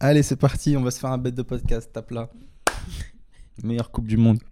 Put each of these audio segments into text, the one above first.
Allez, c'est parti, on va se faire un bête de podcast, tape là. Meilleure coupe du monde.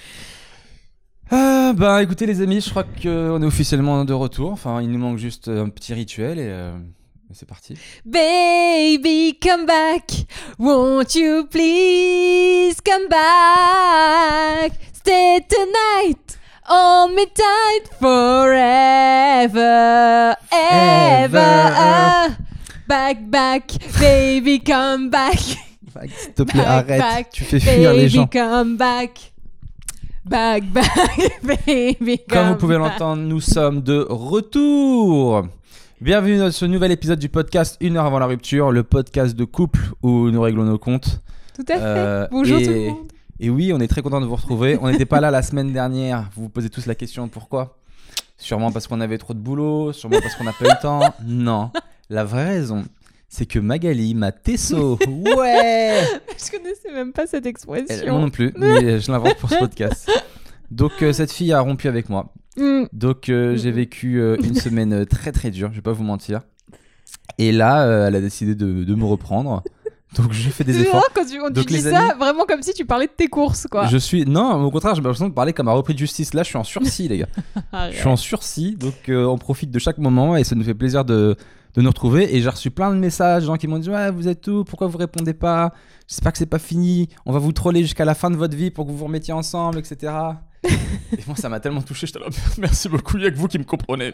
Bah écoutez les amis, je crois qu'on est officiellement de retour. Enfin, il nous manque juste un petit rituel et c'est parti. Baby, come back. Won't you please come back? Stay tonight. Hold me tight forever, ever. Back, baby, come back. S'il te plaît, arrête. Back, tu fais fuir les gens. Baby, come back. Back, baby, come Comme vous pouvez back. l'entendre, nous sommes de retour. Bienvenue dans ce nouvel épisode du podcast 1 heure avant la rupture, le podcast de couple où nous réglons nos comptes. Tout à fait. Bonjour tout le monde. Et oui, on est très content de vous retrouver. On n'était pas là la semaine dernière. Vous vous posez tous la question pourquoi ? Sûrement parce qu'on avait trop de boulot, sûrement parce qu'on n'a pas eu le temps. Non, la vraie raison, c'est que Magali m'a tesso. Ouais. Je connaissais même pas cette expression. Moi non plus, mais je l'invente pour ce podcast. Donc cette fille a rompu avec moi. Donc j'ai vécu une semaine très très dure, je vais pas vous mentir. Et là, elle a décidé de me reprendre. Donc je fais des C'est efforts. vrai quand tu Donc, dis les ça, amis, vraiment comme si tu parlais de tes courses, quoi. Non, au contraire, j'ai l'impression de parler comme un repris de justice. Là, je suis en sursis, les gars. Je suis en sursis, donc on profite de chaque moment et ça nous fait plaisir de nous retrouver. Et j'ai reçu plein de messages, des gens qui m'ont dit ouais, vous êtes où ? Pourquoi vous répondez pas ? J'espère que c'est pas fini. On va vous troller jusqu'à la fin de votre vie pour que vous vous remettiez ensemble, etc. Et moi, ça m'a tellement touché. J'étais là, merci beaucoup, il y a que vous qui me comprenez.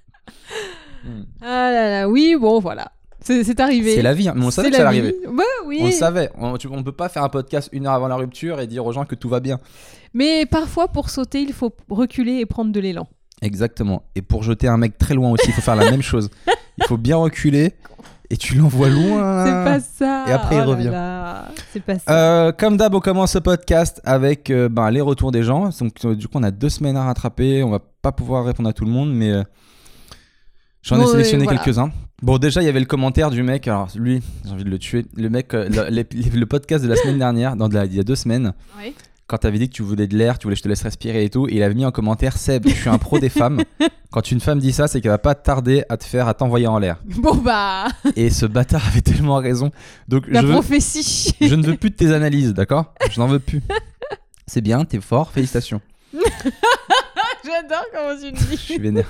Ah là là, oui, bon, voilà. C'est arrivé. C'est la vie, hein. Mais on savait que C'est ça allait la arriver. vie. Ouais, oui. On le savait. On peut pas faire un podcast 1 heure avant la rupture et dire aux gens que tout va bien. Mais parfois, pour sauter, il faut reculer et prendre de l'élan. Exactement. Et pour jeter un mec très loin aussi, il faut faire la même chose. Il faut bien reculer et tu l'envoies loin. C'est pas ça. Et après, il Oh là revient. là. C'est pas ça. Comme d'hab, on commence ce podcast avec les retours des gens. Donc, du coup, on a 2 semaines à rattraper. On va pas pouvoir répondre à tout le monde, mais j'en ai sélectionné voilà. quelques-uns. Bon, déjà, il y avait le commentaire du mec. Alors, lui, j'ai envie de le tuer. Le mec, le podcast de la semaine dernière, il y a 2 semaines. Oui. Quand t'avais dit que tu voulais de l'air, tu voulais que je te laisse respirer et tout, et il avait mis en commentaire Seb, je suis un pro des femmes. Quand une femme dit ça, c'est qu'elle va pas tarder à t'envoyer en l'air. Bon bah, Et ce bâtard avait tellement raison. Donc la prophétie. je ne veux plus de tes analyses, d'accord ? Je n'en veux plus. C'est bien, t'es fort, félicitations. J'adore comment tu le Je dis. suis vénère.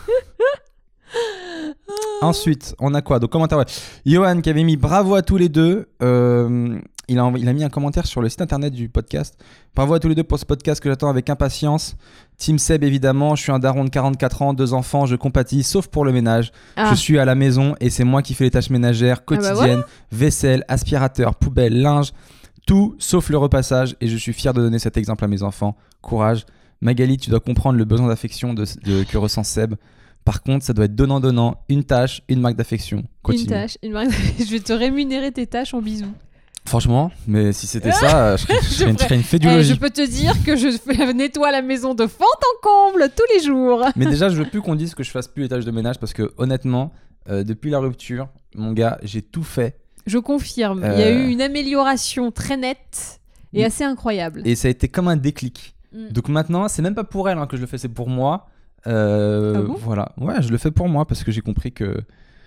Ensuite, on a quoi ? Donc commentaire, ouais. Johan qui avait mis bravo à tous les deux. Il a mis un commentaire sur le site internet du podcast. Bravo à tous les deux pour ce podcast que j'attends avec impatience. Team Seb évidemment, je suis un daron de 44 ans, 2 enfants, je compatis, sauf pour le ménage. Ah. Je suis à la maison et c'est moi qui fais les tâches ménagères quotidiennes, voilà. vaisselle, aspirateur, poubelle, linge, tout sauf le repassage et je suis fier de donner cet exemple à mes enfants. Courage. Magali, tu dois comprendre le besoin d'affection que ressent Seb. Par contre, ça doit être donnant-donnant, une tâche, une marque d'affection. Continue. Une tâche, je vais te rémunérer tes tâches en bisous. Franchement, mais si c'était ça, je ferais une fédulogie. Je peux te dire que je nettoie la maison de fond en comble tous les jours. Mais déjà, je veux plus qu'on dise que je fasse plus les tâches de ménage parce que honnêtement, depuis la rupture, mon gars, j'ai tout fait. Je confirme, il y a eu une amélioration très nette et assez incroyable. Et ça a été comme un déclic. Mm. Donc maintenant, c'est même pas pour elle que je le fais, c'est pour moi. Ah bon ? Voilà, ouais, je le fais pour moi parce que j'ai compris que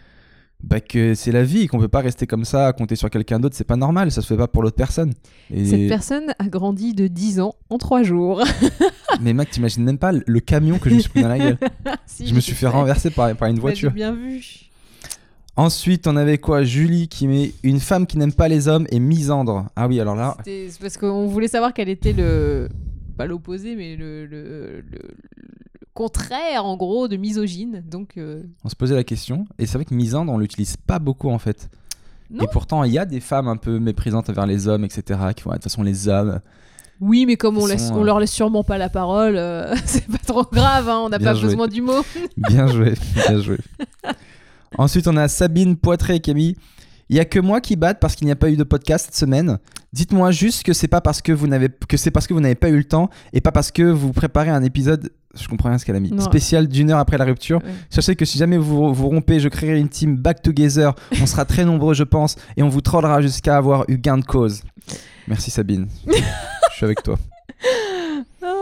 c'est la vie, qu'on peut pas rester comme ça, à compter sur quelqu'un d'autre, c'est pas normal, ça se fait pas pour l'autre personne. Et... Cette personne a grandi de 10 ans en 3 jours. Mais mec, t'imagines même pas le camion que je me suis pris dans la gueule. Si, Je me suis fait renverser par une voiture. J'ai bien vu. Ensuite, on avait quoi ? Julie qui met une femme qui n'aime pas les hommes et misandre. Ah oui, alors là. C'est parce qu'on voulait savoir quel était pas l'opposé, mais le contraire en gros de misogyne. Donc On se posait la question. Et c'est vrai que misandre, on l'utilise pas beaucoup en fait. Non. Et pourtant, il y a des femmes un peu méprisantes envers les hommes, etc. Qui font, de toute façon, les hommes. oui, mais comme Ils on leur laisse sûrement pas la parole, c'est pas trop grave, hein, on n'a Bien pas joué. besoin du mot. Bien joué, bien joué. Ensuite, on a Sabine Poitré qui a mis il y a que moi qui batte parce qu'il n'y a pas eu de podcast cette semaine. Dites-moi juste que c'est parce que vous n'avez pas eu le temps et pas parce que vous préparez un épisode. Je comprends rien ce qu'elle a mis. Non. Spécial d'1 heure après la rupture. Ouais. Sachez que si jamais vous rompez, je créerai une team back together. On sera très nombreux, je pense, et on vous trollera jusqu'à avoir eu gain de cause. Merci Sabine. Je suis avec toi.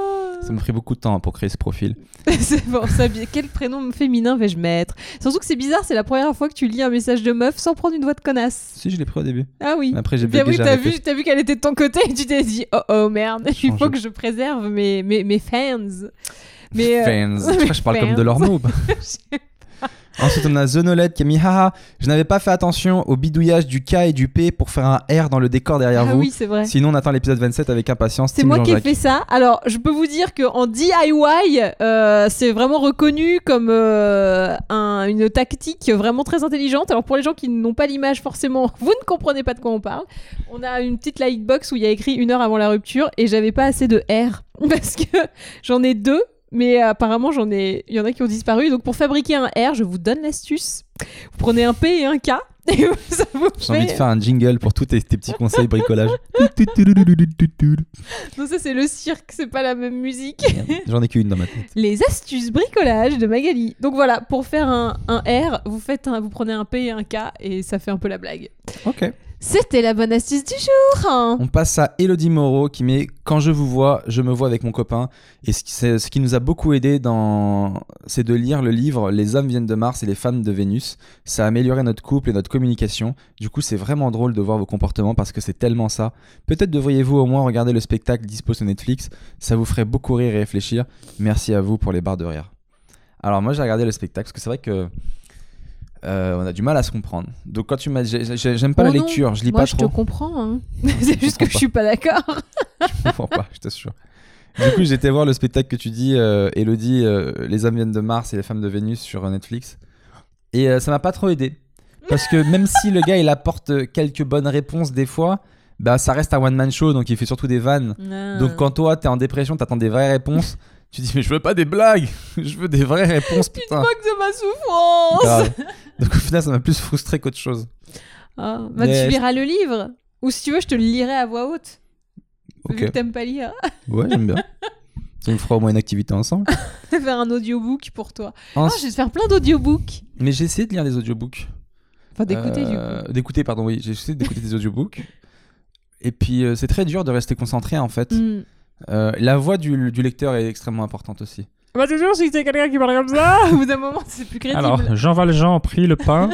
Ça m'a pris beaucoup de temps pour créer ce profil. C'est bon, ça, quel prénom féminin vais-je mettre? Surtout que c'est bizarre, c'est la première fois que tu lis un message de meuf sans prendre une voix de connasse. Si, je l'ai pris au début. Ah oui. Mais après, j'ai Bien bugué, oui, j'ai arrêté. t'as vu qu'elle était de ton côté et tu t'es dit oh merde, il faut Changer. que je préserve mes fans. Mais, Fans. Je crois que je parle comme de leur mot. Je- Ensuite, on a Zonolette qui a mis haha, je n'avais pas fait attention au bidouillage du K et du P pour faire un R dans le décor derrière Ah vous. oui, c'est vrai. Sinon, on attend l'épisode 27 avec impatience. C'est Team moi qui ai Jean-Jacques. fait ça. Alors, je peux vous dire qu'en DIY, c'est vraiment reconnu comme une tactique vraiment très intelligente. Alors, pour les gens qui n'ont pas l'image, forcément, vous ne comprenez pas de quoi on parle. On a une petite lightbox où il y a écrit 1 heure avant la rupture et j'avais pas assez de R parce que j'en ai 2. Mais apparemment, il y en a qui ont disparu. Donc, pour fabriquer un R, je vous donne l'astuce. Vous prenez un P et un K. Et ça vous J'ai envie de fait... faire un jingle pour tous tes petits conseils bricolage. Non, ça, c'est le cirque. C'est pas la même musique. J'en ai qu'une dans ma tête. Les astuces bricolage de Magali. Donc voilà, pour faire un R, vous prenez un P et un K et ça fait un peu la blague. Ok. C'était la bonne astuce du jour. On passe à Elodie Moreau qui met quand je vous vois, je me vois avec mon copain. Et ce qui nous a beaucoup aidé c'est de lire le livre Les hommes viennent de Mars et les femmes de Vénus. Ça a amélioré notre couple et notre communication. Du coup, c'est vraiment drôle de voir vos comportements parce que c'est tellement ça. Peut-être devriez-vous au moins regarder le spectacle dispo sur Netflix. Ça vous ferait beaucoup rire et réfléchir. Merci à vous pour les barres de rire. Alors moi, j'ai regardé le spectacle parce que c'est vrai que on a du mal à se comprendre. Donc quand tu m'as dit, j'aime pas la lecture, je lis moi, pas je trop. te comprends. Hein. C'est juste que je suis pas d'accord. Je comprends pas, je t'assure. Du coup, j'étais voir le spectacle que tu dis, Elodie, Les hommes viennent de Mars et les femmes de Vénus sur Netflix. Et ça m'a pas trop aidé. Parce que même si le gars il apporte quelques bonnes réponses des fois, bah ça reste un one-man show, donc il fait surtout des vannes. Ah. Donc quand toi t'es en dépression, t'attends des vraies réponses, tu dis mais je veux pas des blagues, je veux des vraies réponses, Tu te putain. moques de ma souffrance. Grave. Donc au final ça m'a plus frustré qu'autre chose. Ah, bah, Mais tu liras le livre. Ou si tu veux, je te le lirai à voix haute. Ok. Vu que t'aimes pas lire. Ouais, j'aime bien. Ça nous fera au moins une activité ensemble. Faire un audiobook pour toi. Ensuite- Ah, je vais te faire plein d'audiobooks. Mais j'ai essayé de lire des audiobooks. Enfin, d'écouter du coup. D'écouter, pardon, oui. J'ai essayé d'écouter des audiobooks. Et puis, c'est très dur de rester concentré, en fait. Mm. La voix du lecteur est extrêmement importante aussi. Bah toujours si c'est quelqu'un qui parle comme ça, au bout d'un moment c'est plus crédible. Alors, Jean Valjean prit le pain.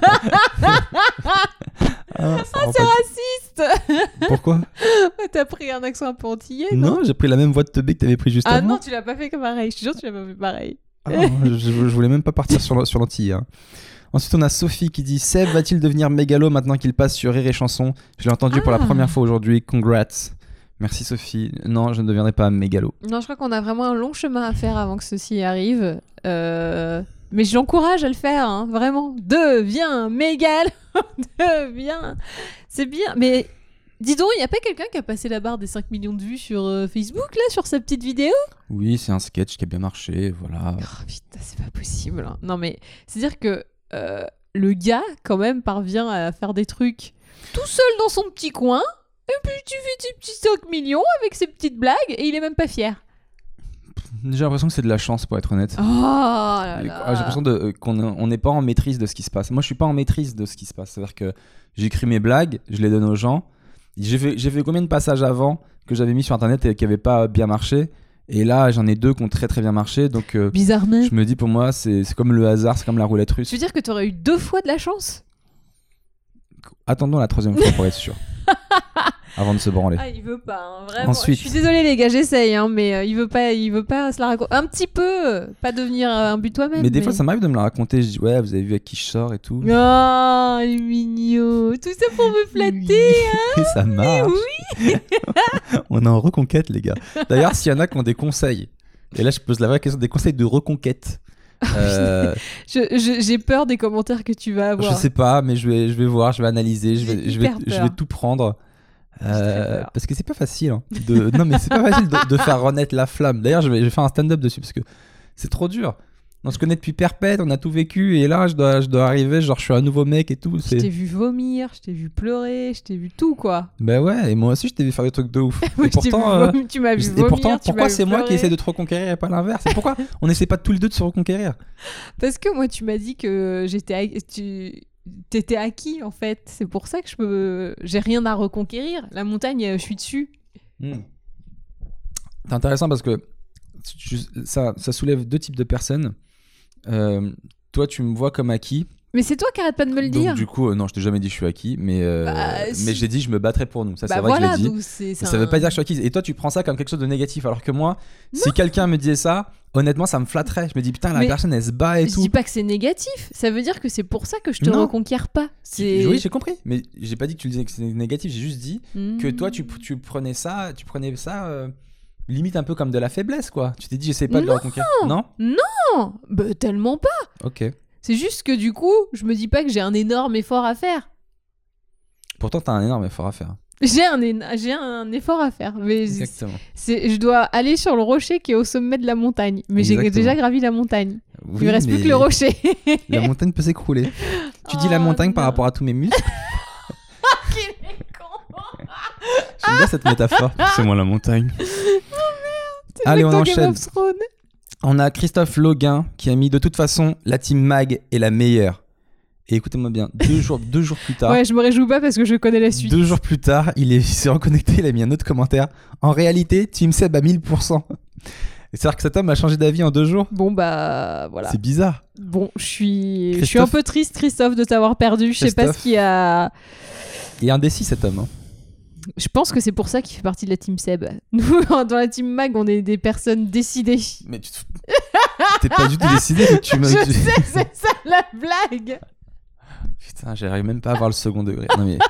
C'est raciste. Pourquoi? T'as pris un accent un peu antillais, Non, j'ai pris la même voix de teubé que t'avais pris juste Ah avant. non, tu l'as pas fait comme pareil. Je suis sûre que tu l'as pas fait pareil. Ah, je voulais même pas partir sur l'antille. Hein. Ensuite, on a Sophie qui dit Seb va-t-il devenir mégalo maintenant qu'il passe sur Rire et Chanson? Je l'ai entendu pour la première fois aujourd'hui. Congrats. Merci Sophie. Non, je ne deviendrai pas mégalo. Non, je crois qu'on a vraiment un long chemin à faire avant que ceci arrive. Mais j'encourage à le faire, hein, vraiment. Deviens mégalo. Deviens. C'est bien. Mais dis donc, il n'y a pas quelqu'un qui a passé la barre des 5 millions de vues sur Facebook, là, sur sa petite vidéo? Oui, c'est un sketch qui a bien marché, voilà. Oh putain, c'est pas possible. Hein. Non, mais c'est-à-dire que le gars, quand même, parvient à faire des trucs tout seul dans son petit coin. Et puis tu fais tes petits 5 millions avec ses petites blagues et il est même pas fier. J'ai l'impression que c'est de la chance pour être honnête. Oh là là. J'ai l'impression qu'on n'est pas en maîtrise de ce qui se passe. Moi, je suis pas en maîtrise de ce qui se passe. C'est-à-dire que j'écris mes blagues, je les donne aux gens. J'ai fait combien de passages avant que j'avais mis sur internet et qui n'avaient pas bien marché. Et là, j'en ai 2 qui ont très très bien marché. Donc, bizarrement. je me dis pour moi, c'est comme le hasard, c'est comme la roulette russe. Tu veux dire que t'aurais eu 2 fois de la chance? Attendons la 3e fois pour être sûr. Avant de se branler. Ah, il veut pas, hein, vraiment. Ensuite. Je suis désolée les gars, j'essaye, hein, mais il veut pas se la raconter. Un petit peu, pas devenir un but toi-même. Mais des fois, ça m'arrive de me la raconter. Je dis ouais, vous avez vu avec qui je sors et tout. Oh, il est mignon. Tout ça pour me flatter. Et ça marche. Oui. On est en reconquête, les gars. D'ailleurs, s'il y en a qui ont des conseils, et là, je pose la vraie question, des conseils de reconquête. J'ai peur des commentaires que tu vas avoir. Je sais pas, mais je vais voir, je vais analyser, je vais tout prendre. Parce que c'est pas facile. Hein, non, mais c'est pas facile de faire renaître la flamme. D'ailleurs, je vais faire un stand-up dessus parce que c'est trop dur. On se connaît depuis perpète, on a tout vécu, et là, je dois arriver, genre, je suis un nouveau mec et tout. Je t'ai vu vomir, je t'ai vu pleurer, je t'ai vu tout, quoi. Bah ouais, et moi aussi, je t'ai vu faire des trucs de ouf. Moi, Et pourtant, tu m'as vu et vomir, pourtant, tu pourquoi m'as vu c'est moi qui pleurer. essaie de te reconquérir et pas l'inverse? Et pourquoi on n'essaie pas tous les deux de se reconquérir? Parce que moi, tu m'as dit que t'étais acquis, en fait. C'est pour ça que j'ai rien à reconquérir. La montagne, je suis dessus. C'est intéressant parce que ça soulève deux types de personnes. Toi, tu me vois comme acquis. Mais c'est toi qui arrête pas de me le dire. Donc du coup, non, je t'ai jamais dit je suis acquis, mais si. j'ai dit je me battrais pour nous. Ça, c'est Bah vrai voilà, que je l'ai dit. donc Ça veut pas dire que je suis acquise. Et toi, tu prends ça comme quelque chose de négatif, alors que moi, si quelqu'un me disait ça, honnêtement, ça me flatterait. Je me dis putain, la personne, elle se bat et je tout. dis pas que c'est négatif. Ça veut dire que c'est pour ça que je te reconquiers pas. Oui, j'ai compris, mais j'ai pas dit que tu disais que c'était négatif. J'ai juste dit que toi, tu prenais ça, limite un peu comme de la faiblesse, quoi. Tu t'es dit, j'essaie pas de le reconquérir. Non. Non, bah, tellement pas. Ok. C'est juste que du coup, je me dis pas que j'ai un énorme effort à faire. Pourtant, t'as un énorme effort à faire. J'ai un effort à faire. Mais exactement. Je dois aller sur le rocher qui est au sommet de la montagne. Mais j'ai déjà gravi la montagne. Oui, il me reste plus que le rocher. La montagne peut s'écrouler. Tu dis la montagne par rapport à tous mes muscles. Qu'il est con. J'aime bien cette métaphore. C'est moi la montagne. Oh merde. Allez, on enchaîne. On a Christophe Lauguin qui a mis de toute façon la team Mag est la meilleure. Et écoutez-moi bien, deux jours plus tard. Ouais, je me réjouis pas parce que je connais la suite. 2 jours plus tard, il s'est reconnecté, il a mis un autre commentaire. En réalité, Team Seb à 1000%. C'est-à-dire que cet homme a changé d'avis en 2 jours. Bon bah voilà. C'est bizarre. Bon, je suis un peu triste, Christophe, de t'avoir perdu. Je sais pas ce qu'il y a. Il est indécis cet homme. Hein. Je pense que c'est pour ça qu'il fait partie de la team Seb. Nous, dans la team Mag, on est des personnes décidées. Mais t'es pas du tout décidé. Je sais, c'est ça la blague. Putain, j'arrive même pas à voir le second degré. Non mais...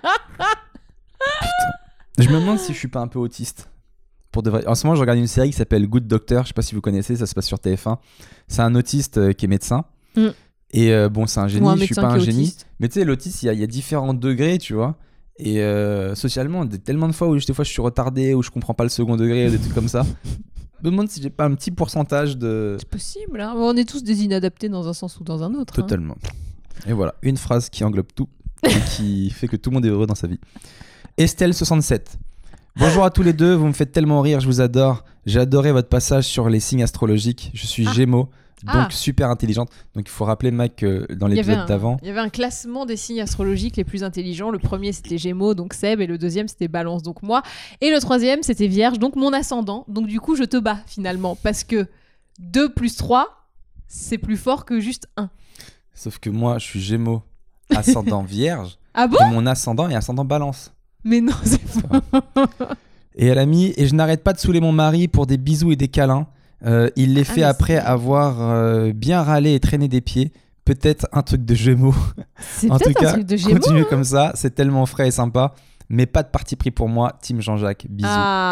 Putain. Je me demande si je suis pas un peu autiste. Pour de vrai. En ce moment, je regarde une série qui s'appelle Good Doctor. Je sais pas si vous connaissez, ça se passe sur TF1. C'est un autiste qui est médecin. Et bon, c'est un génie. Je suis pas un génie. Autiste. Mais tu sais, l'autiste, il y a différents degrés, tu vois. Et socialement, il y a tellement de fois où des fois je suis retardé, où je comprends pas le second degré, des trucs comme ça. Je me demande si j'ai pas un petit pourcentage de... C'est possible, hein. On est tous des inadaptés dans un sens ou dans un autre. Totalement. Hein. Et voilà, une phrase qui englobe tout et qui fait que tout le monde est heureux dans sa vie. Estelle67. Bonjour à tous les deux, vous me faites tellement rire, je vous adore. J'ai adoré votre passage sur les signes astrologiques. Je suis Gémeaux. Donc super intelligente. Donc il faut rappeler Mac que dans l'épisode d'avant, il y avait un classement des signes astrologiques les plus intelligents. Le premier c'était Gémeaux, donc Seb, et le deuxième c'était Balance, donc moi, et le troisième c'était Vierge, donc mon ascendant. Donc du coup je te bats finalement parce que 2 + 3 c'est plus fort que juste 1. Sauf que moi je suis Gémeaux, ascendant Vierge. Ah bon? Et mon ascendant est ascendant Balance. Mais non, c'est faux. Et elle a mis et je n'arrête pas de saouler mon mari pour des bisous et des câlins. Il les fait après avoir bien râlé et traîné des pieds. Peut-être un truc de Gémeaux. C'est en peut-être tout cas, un truc de Gémeaux. Continuez comme ça, c'est tellement frais et sympa. Mais pas de parti pris pour moi, Team Jean-Jacques. Bisous.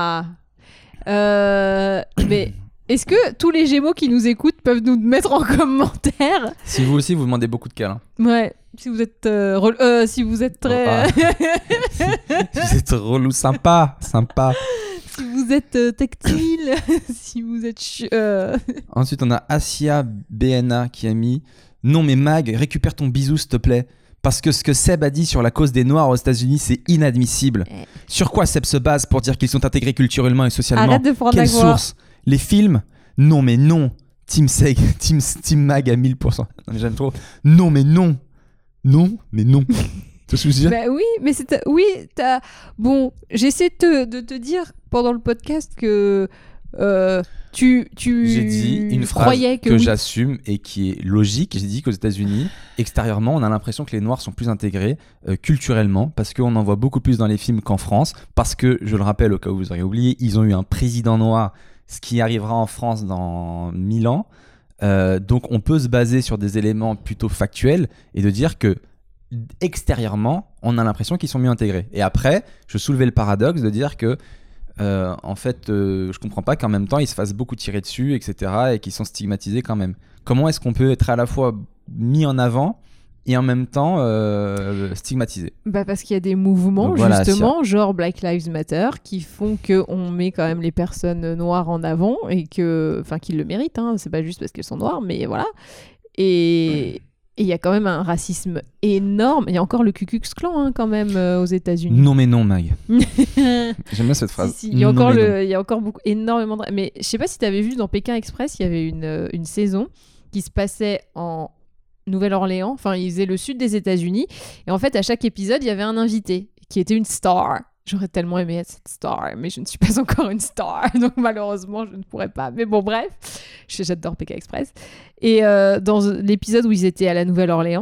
Mais est-ce que tous les Gémeaux qui nous écoutent peuvent nous mettre en commentaire? Si vous aussi vous demandez beaucoup de câlins. Ouais. Si vous êtes si vous êtes très si vous êtes relou, sympa. Si vous êtes tactile, si vous êtes... Ensuite, on a Asia BNA qui a mis « Non mais Mag, récupère ton bisou s'il te plaît. Parce que ce que Seb a dit sur la cause des Noirs aux États-Unis, c'est inadmissible. Sur quoi Seb se base pour dire qu'ils sont intégrés culturellement et socialement? Arrête de prendre Quelle source? Les films? Non mais non. Team Mag à 1000%. Non mais j'aime trop. Non mais non. Non mais non. Tu te souviens? Bah oui, mais c'est bon, j'essaie de te dire pendant le podcast que j'ai dit une phrase que j'assume et qui est logique. J'ai dit qu'aux États-Unis, extérieurement, on a l'impression que les Noirs sont plus intégrés culturellement parce qu'on en voit beaucoup plus dans les films qu'en France. Parce que, je le rappelle au cas où vous auriez oublié, ils ont eu un président noir, ce qui arrivera en France dans 1000 ans. Donc on peut se baser sur des éléments plutôt factuels et de dire que extérieurement, on a l'impression qu'ils sont mieux intégrés. Et après, je soulevais le paradoxe de dire que en fait, je comprends pas qu'en même temps, ils se fassent beaucoup tirer dessus, etc. et qu'ils sont stigmatisés quand même. Comment est-ce qu'on peut être à la fois mis en avant et en même temps stigmatisé? Bah parce qu'il y a des mouvements, donc, justement, genre Black Lives Matter, qui font qu'on met quand même les personnes noires en avant et qu'ils le méritent, hein. C'est pas juste parce qu'elles sont noires, mais voilà. Et il y a quand même un racisme énorme. Il y a encore le Ku Klux Klan hein, quand même aux États-Unis. Non mais non, Mag. J'aime bien cette phrase. Si. Il y a encore énormément de... Mais je sais pas si tu avais vu dans Pékin Express, il y avait une saison qui se passait en Nouvelle-Orléans. Enfin, ils faisaient le sud des États-Unis. Et en fait, à chaque épisode, il y avait un invité qui était une star. J'aurais tellement aimé être cette star, mais je ne suis pas encore une star, donc malheureusement, je ne pourrais pas. Mais bon, bref, j'adore PK Express. Et dans l'épisode où ils étaient à la Nouvelle-Orléans,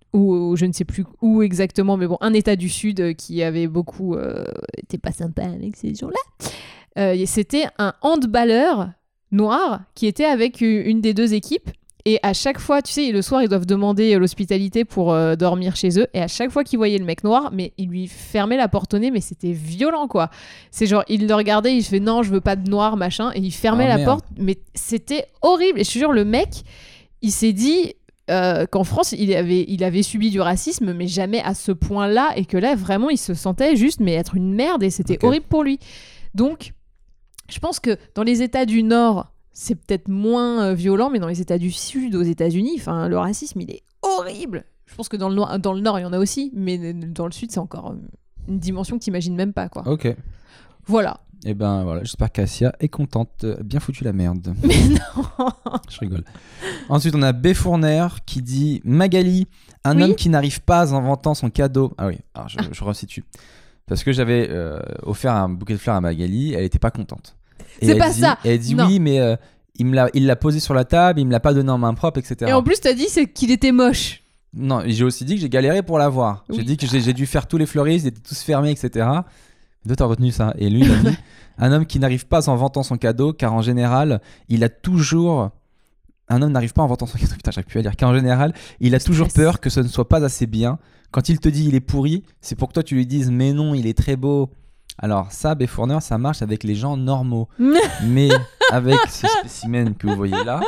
ou je ne sais plus où exactement, mais bon, un état du Sud qui avait beaucoup... était pas sympa avec ces gens-là. C'était un handballeur noir qui était avec une des deux équipes. Et à chaque fois, tu sais, le soir, ils doivent demander l'hospitalité pour dormir chez eux. Et à chaque fois qu'ils voyaient le mec noir, mais il lui fermait la porte au nez, mais c'était violent, quoi. C'est genre, il le regardait, il fait non, je veux pas de noir, machin. Et il fermait la porte, mais c'était horrible. Et je te jure, le mec, il s'est dit qu'en France, il avait subi du racisme, mais jamais à ce point-là. Et que là, vraiment, il se sentait juste, mais être une merde. Et c'était horrible pour lui. Donc, je pense que dans les États du Nord, c'est peut-être moins violent, mais dans les États du Sud, aux États-Unis, le racisme, il est horrible. Je pense que dans le Nord, il y en a aussi, mais dans le Sud, c'est encore une dimension que tu n'imagines même pas, quoi. Ok. Voilà. Et ben voilà, j'espère qu'Asia est contente. Bien foutu la merde. Mais non. Je rigole. Ensuite, on a B. Fourner qui dit Magali, un homme qui n'arrive pas en vantant son cadeau. Ah oui, alors je resitue. Parce que j'avais offert un bouquet de fleurs à Magali, elle était pas contente. Et c'est pas ça. Elle dit oui, mais il l'a posé sur la table, il me l'a pas donné en main propre, etc. Et en plus, t'as dit qu'il était moche. Non, j'ai aussi dit que j'ai galéré pour l'avoir. Oui. J'ai dit que j'ai dû faire tous les fleuristes, ils étaient tous fermés, etc. Toi, t'as retenu ça. Et lui, il a dit un homme qui n'arrive pas en vantant son cadeau, car en général, il a toujours. Un homme n'arrive pas en vantant son cadeau. Putain, j'arrive plus à dire. Car en général, il a toujours peur que ce ne soit pas assez bien. Quand il te dit il est pourri, c'est pour que toi tu lui dises mais non, il est très beau. Alors ça, B. Fourner, ça marche avec les gens normaux. Mais avec ce spécimen que vous voyez là,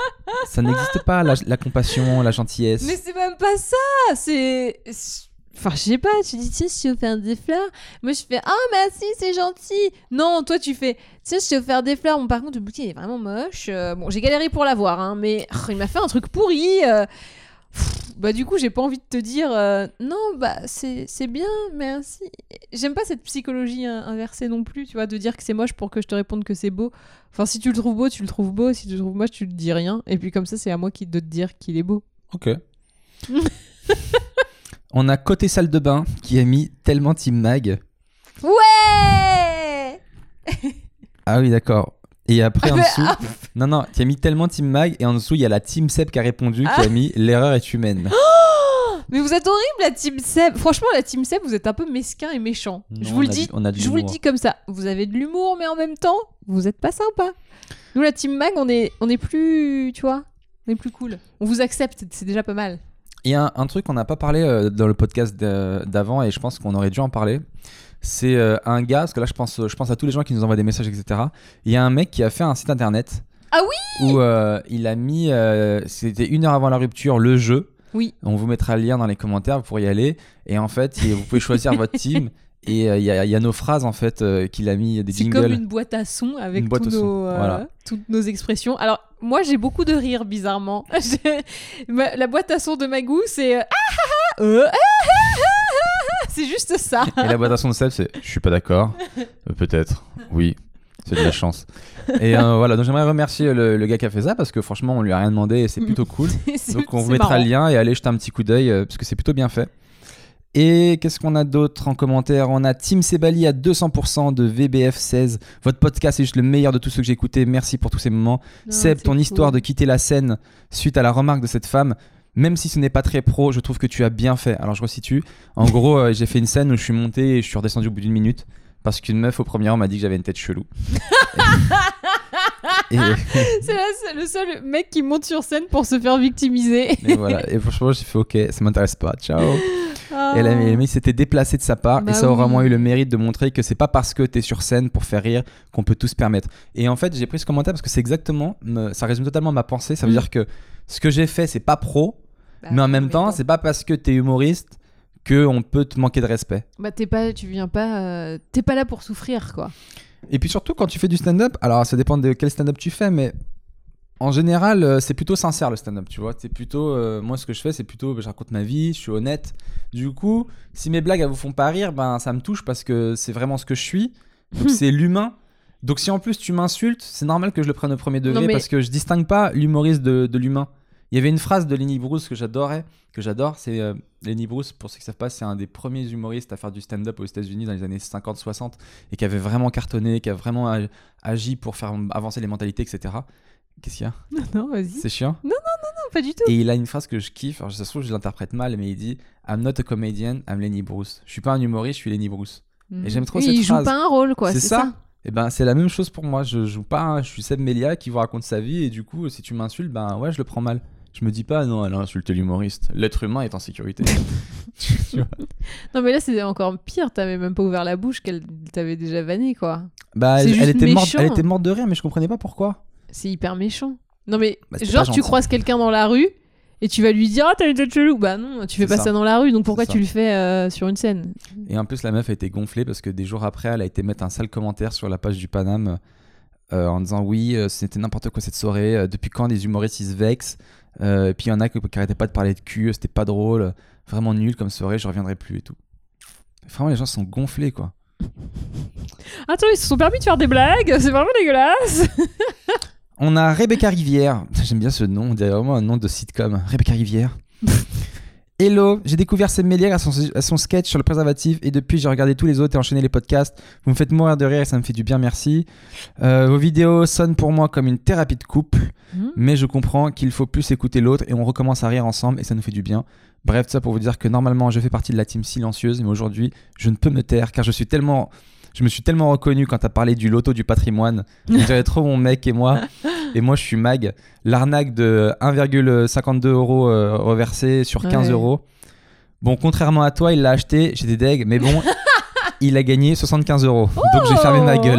ça n'existe pas, la compassion, la gentillesse. Mais c'est même pas ça. C'est... Enfin, je sais pas, tu dis, tiens, je t'ai offert des fleurs. Moi, je fais, oh, merci, c'est gentil. Non, toi, tu fais, tiens, je t'ai offert des fleurs. Bon, par contre, le bouquet, il est vraiment moche. Bon, j'ai galéré pour l'avoir, hein, mais il m'a fait un truc pourri. Bah, du coup, j'ai pas envie de te dire, non, bah, c'est bien, merci. J'aime pas cette psychologie inversée non plus, tu vois, de dire que c'est moche pour que je te réponde que c'est beau. Enfin, si tu le trouves beau, tu le trouves beau. Si tu le trouves moche, tu le dis rien. Et puis, comme ça, c'est à moi de te dire qu'il est beau. Ok. On a côté salle de bain qui a mis tellement Team Mag. Ouais. Ah oui, d'accord. Et après en dessous, non, qui a mis tellement Team Mag et en dessous il y a la Team Seb qui a répondu, qui a mis l'erreur est humaine. Mais vous êtes horrible la Team Seb. Franchement la Team Seb vous êtes un peu mesquin et méchant. Non, je vous le dis. Je vous le dis comme ça. Vous avez de l'humour mais en même temps vous êtes pas sympa. Nous la Team Mag on est plus, tu vois, on est plus cool. On vous accepte, c'est déjà pas mal. Il y a un truc qu'on n'a pas parlé dans le podcast d'avant et je pense qu'on aurait dû en parler. C'est un gars, parce que là je pense à tous les gens qui nous envoient des messages, etc. Il y a un mec qui a fait un site internet. Ah oui. Où il a mis, c'était 1 heure avant la rupture, le jeu. Oui. On vous mettra le lien dans les commentaires, vous pourrez y aller. Et en fait, vous pouvez choisir votre team. Et il y a nos phrases en fait qu'il a mis des jingles. C'est comme une boîte à son avec toutes nos expressions. Alors moi j'ai beaucoup de rire bizarrement. La boîte à son de Magou c'est c'est juste ça. Et la boîte à son de Seb c'est je suis pas d'accord. Peut-être. Oui. C'est de la chance. Et voilà, donc j'aimerais remercier le gars qui a fait ça parce que franchement on lui a rien demandé et c'est plutôt cool. Donc on vous mettra le lien et allez jeter un petit coup d'œil parce que c'est plutôt bien fait. Et qu'est-ce qu'on a d'autre en commentaire? On a Team Sebali à 200% de VBF16. Votre podcast est juste le meilleur de tous ceux que j'ai écoutés. Merci pour tous ces moments. Non, Seb, ton histoire de quitter la scène suite à la remarque de cette femme, même si ce n'est pas très pro, je trouve que tu as bien fait. Alors je resitue. En gros, j'ai fait une scène où je suis monté et je suis redescendu au bout d'1 minute parce qu'une meuf au premier rang m'a dit que j'avais une tête chelou. C'est le seul mec qui monte sur scène pour se faire victimiser. Et voilà. Et franchement, j'ai fait ok, ça m'intéresse pas. Ciao. Et la mec s'était déplacée de sa part et ça aura moins eu le mérite de montrer que c'est pas parce que t'es sur scène pour faire rire qu'on peut tout se permettre. Et en fait, j'ai pris ce commentaire parce que c'est exactement, ça résume totalement ma pensée. Ça veut dire que ce que j'ai fait, c'est pas pro, mais en même temps, c'est pas parce que t'es humoriste qu'on peut te manquer de respect. Bah t'es pas là pour souffrir quoi. Et puis surtout quand tu fais du stand-up, alors ça dépend de quel stand-up tu fais, mais en général c'est plutôt sincère le stand-up, tu vois. C'est plutôt, moi ce que je fais c'est plutôt, je raconte ma vie, je suis honnête. Du coup, si mes blagues elles vous font pas rire, ben ça me touche parce que c'est vraiment ce que je suis. Donc c'est l'humain. Donc si en plus tu m'insultes, c'est normal que je le prenne au premier degré parce que je distingue pas l'humoriste de l'humain. Il y avait une phrase de Lenny Bruce que j'adore, c'est Lenny Bruce, pour ceux qui ne savent pas, c'est un des premiers humoristes à faire du stand-up aux États-Unis dans les années 50-60 et qui avait vraiment cartonné, qui a vraiment agi pour faire avancer les mentalités, etc. Qu'est-ce qu'il y a ? Non, vas-y. C'est chiant ? Non, pas du tout. Et il a une phrase que je kiffe, alors ça se trouve je l'interprète mal, mais il dit « I'm not a comedian, I'm Lenny Bruce ». Je suis pas un humoriste, je suis Lenny Bruce. Et j'aime trop cette il phrase. joue pas un rôle, quoi. C'est ça. Et ben c'est la même chose pour moi. Je joue pas, je suis Seb Melia qui vous raconte sa vie et du coup si tu m'insultes, ben ouais je le prends mal. Je me dis pas non elle a insulté l'humoriste. L'être humain est en sécurité. Tu vois. Non mais là c'est encore pire. T'avais même pas ouvert la bouche qu'elle t'avait déjà vanné, quoi. Bah C'est elle était méchant. morte de rire mais je comprenais pas pourquoi. C'est hyper méchant. Non mais Bah, c'était genre pas tu gentil. croises quelqu'un dans la rue et tu vas lui dire ah t'as une tête chelou. Bah non, tu fais C'est pas ça. ça dans la rue, donc pourquoi C'est tu ça. le fais sur une scène? Et en plus la meuf a été gonflée parce que des jours après elle a été mettre un sale commentaire sur la page du Paname en disant oui c'était n'importe quoi cette soirée, depuis quand des humoristes ils se vexent, et puis il y en a qui arrêtaient pas de parler de cul, c'était pas drôle, vraiment nul comme soirée, je reviendrai plus et tout. Vraiment les gens sont gonflés quoi. Attends, ils se sont permis de faire des blagues, c'est vraiment dégueulasse. On a Rebecca Rivière. J'aime bien ce nom, on dirait vraiment un nom de sitcom. Rebecca Rivière. Hello, j'ai découvert Seb Melia à son sketch sur le préservatif et depuis j'ai regardé tous les autres et enchaîné les podcasts. Vous me faites mourir de rire et ça me fait du bien, merci. Vos vidéos sonnent pour moi comme une thérapie de couple, mais je comprends qu'il faut plus écouter l'autre et on recommence à rire ensemble et ça nous fait du bien. Bref, tout ça pour vous dire que normalement je fais partie de la team silencieuse, mais aujourd'hui je ne peux me taire car je me suis tellement reconnu quand t'as parlé du loto du patrimoine. On dirait trop mon mec et moi. Et moi, je suis Mag. L'arnaque de 1,52 € reversé sur 15 €. Bon, contrairement à toi, il l'a acheté. J'étais deg, mais bon, il a gagné 75 €. Donc j'ai fermé ma gueule.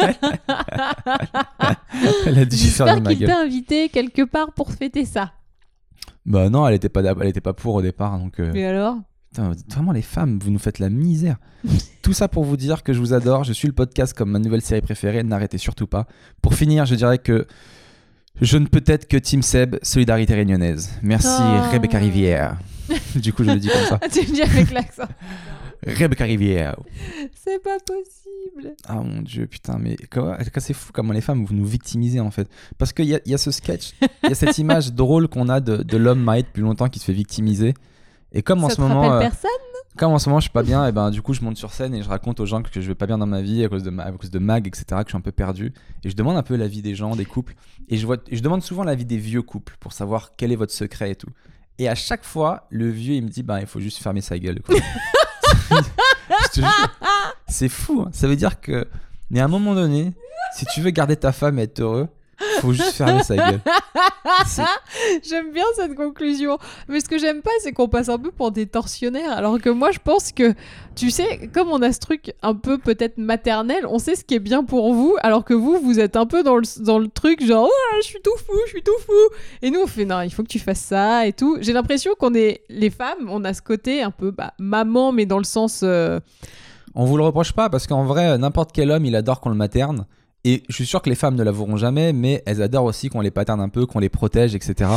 Elle a dit j'ai fermé J'espère ma qu'il gueule. t'a invité quelque part pour fêter ça. Bah non, elle était pas pour au départ. Donc, Mais alors? putain, vraiment les femmes, vous nous faites la misère. Tout ça pour vous dire que je vous adore, je suis le podcast comme ma nouvelle série préférée, n'arrêtez surtout pas. Pour finir, je dirais que je ne peux être que Team Seb, solidarité réunionnaise. Merci Rebecca Rivière. Du coup je le dis comme ça. Tu me dis avec l'accent. Rebecca Rivière. C'est pas possible. Ah mon dieu, putain, mais c'est fou comment les femmes vous nous victimisez en fait. Parce qu'il y a ce sketch, il y a cette image drôle qu'on a de l'homme marié depuis longtemps qui se fait victimiser. Et comme en Ça ce te moment, rappelle personne? comme en ce moment je suis pas bien, et ben du coup je monte sur scène et je raconte aux gens que je vais pas bien dans ma vie à cause de Mag, etc., que je suis un peu perdu. Et je demande un peu l'avis des gens, des couples. Et je demande souvent l'avis des vieux couples pour savoir quel est votre secret et tout. Et à chaque fois, le vieux il me dit il faut juste fermer sa gueule, quoi. Je te jure. C'est fou, hein. Ça veut dire que, mais à un moment donné, si tu veux garder ta femme et être heureux, faut juste fermer sa gueule. J'aime bien cette conclusion. Mais ce que j'aime pas, c'est qu'on passe un peu pour des tortionnaires. Alors que moi, je pense que, tu sais, comme on a ce truc un peu peut-être maternel, on sait ce qui est bien pour vous. Alors que vous êtes un peu dans le truc genre, oh, je suis tout fou. Et nous, on fait, non, il faut que tu fasses ça et tout. J'ai l'impression qu'on est, les femmes, on a ce côté un peu, maman, mais dans le sens. On vous le reproche pas parce qu'en vrai, n'importe quel homme, il adore qu'on le materne. Et je suis sûr que les femmes ne l'avoueront jamais, mais elles adorent aussi qu'on les paterne un peu, qu'on les protège, etc.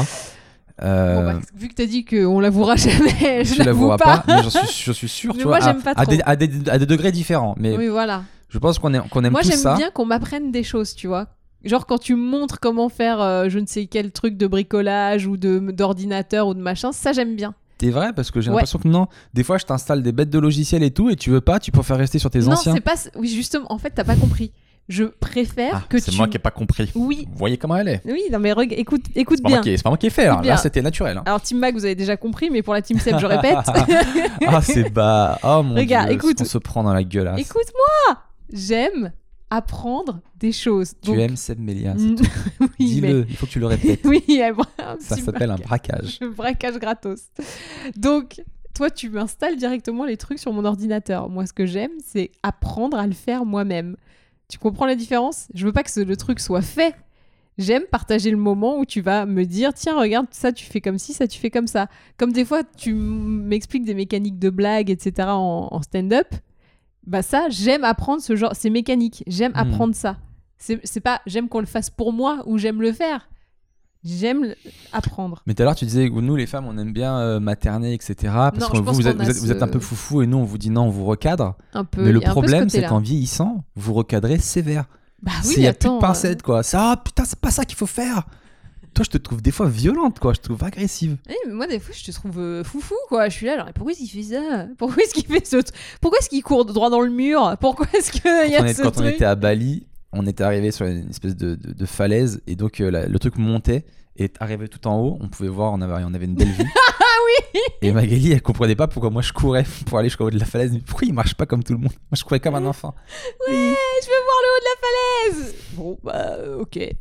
Vu que t'as dit qu'on l'avouera jamais, je tu l'avoue l'avoueras pas. mais je suis sûr, Mais tu moi, vois, j'aime pas trop. à des degrés différents. Mais Oui, voilà. je pense qu'on aime Moi, tous j'aime ça. bien qu'on m'apprenne des choses, tu vois. Genre quand tu me montres comment faire je ne sais quel truc de bricolage ou d'ordinateur ou de machin, ça j'aime bien. T'es vrai parce que j'ai l'impression que non. Des fois, je t'installe des bêtes de logiciels et tout, et tu veux pas, tu préfères rester sur tes anciens. Non, c'est pas. Oui, justement, en fait, t'as pas compris. Je préfère que c'est tu. moi qui ai pas compris. Oui. Vous voyez comment elle est. Oui, non, mais écoute C'est pas bien. c'est pas moi qui ai fait. Là, Écoute bien. c'était naturel. Hein. Alors, Team Mag, vous avez déjà compris, mais pour la Team Seb, je répète. C'est bas. Oh mon Regarde, dieu. écoute. On se prend dans la gueulasse. Écoute-moi. J'aime apprendre des choses. Tu aimes Seb Melia, c'est tout. Oui, Dis-le, il faut que tu le répètes. Oui, Ça s'appelle un braquage. Braquage gratos. Donc, toi, tu m'installes directement les trucs sur mon ordinateur. Moi, ce que j'aime, c'est apprendre à le faire moi-même. Tu comprends la différence ? Je veux pas que le truc soit fait. J'aime partager le moment où tu vas me dire tiens, regarde, ça tu fais comme ci, ça tu fais comme ça. Comme des fois, tu m'expliques des mécaniques de blagues, etc. en stand-up. Ça, j'aime apprendre ce genre, ces mécaniques. J'aime apprendre ça. C'est pas j'aime qu'on le fasse pour moi ou j'aime le faire. J'aime apprendre. Mais tout à l'heure, tu disais que nous, les femmes, on aime bien materner, etc. Parce Non, que je pense vous qu'on êtes un peu foufou et nous, on vous dit non, on vous recadre. Un peu. Mais le il y a un peu ce problème, c'est côté-là. qu'en vieillissant, vous recadrez sévère. Bah Il oui, n'y a plus attends, de pincettes, quoi. Ça, putain, c'est pas ça qu'il faut faire. Toi, je te trouve des fois violente, quoi. Je te trouve agressive. Mais moi, des fois, je te trouve foufou, quoi. Je suis là, genre, pourquoi est-ce qu'il fait ça? Pourquoi est-ce qu'il fait ce Pourquoi est-ce qu'il court droit dans le mur? Pourquoi est-ce qu'il y a ce Quand truc? on était à Bali, on était arrivé sur une espèce de falaise et donc le truc montait et arrivé tout en haut, on pouvait voir, on avait une belle vue. Ah oui. Et Magali, elle comprenait pas pourquoi moi je courais pour aller jusqu'au haut de la falaise. Mais pourquoi il marche pas comme tout le monde? Moi, je courais comme un enfant. Ouais, je veux voir le haut de la falaise. Bon, bah, ok.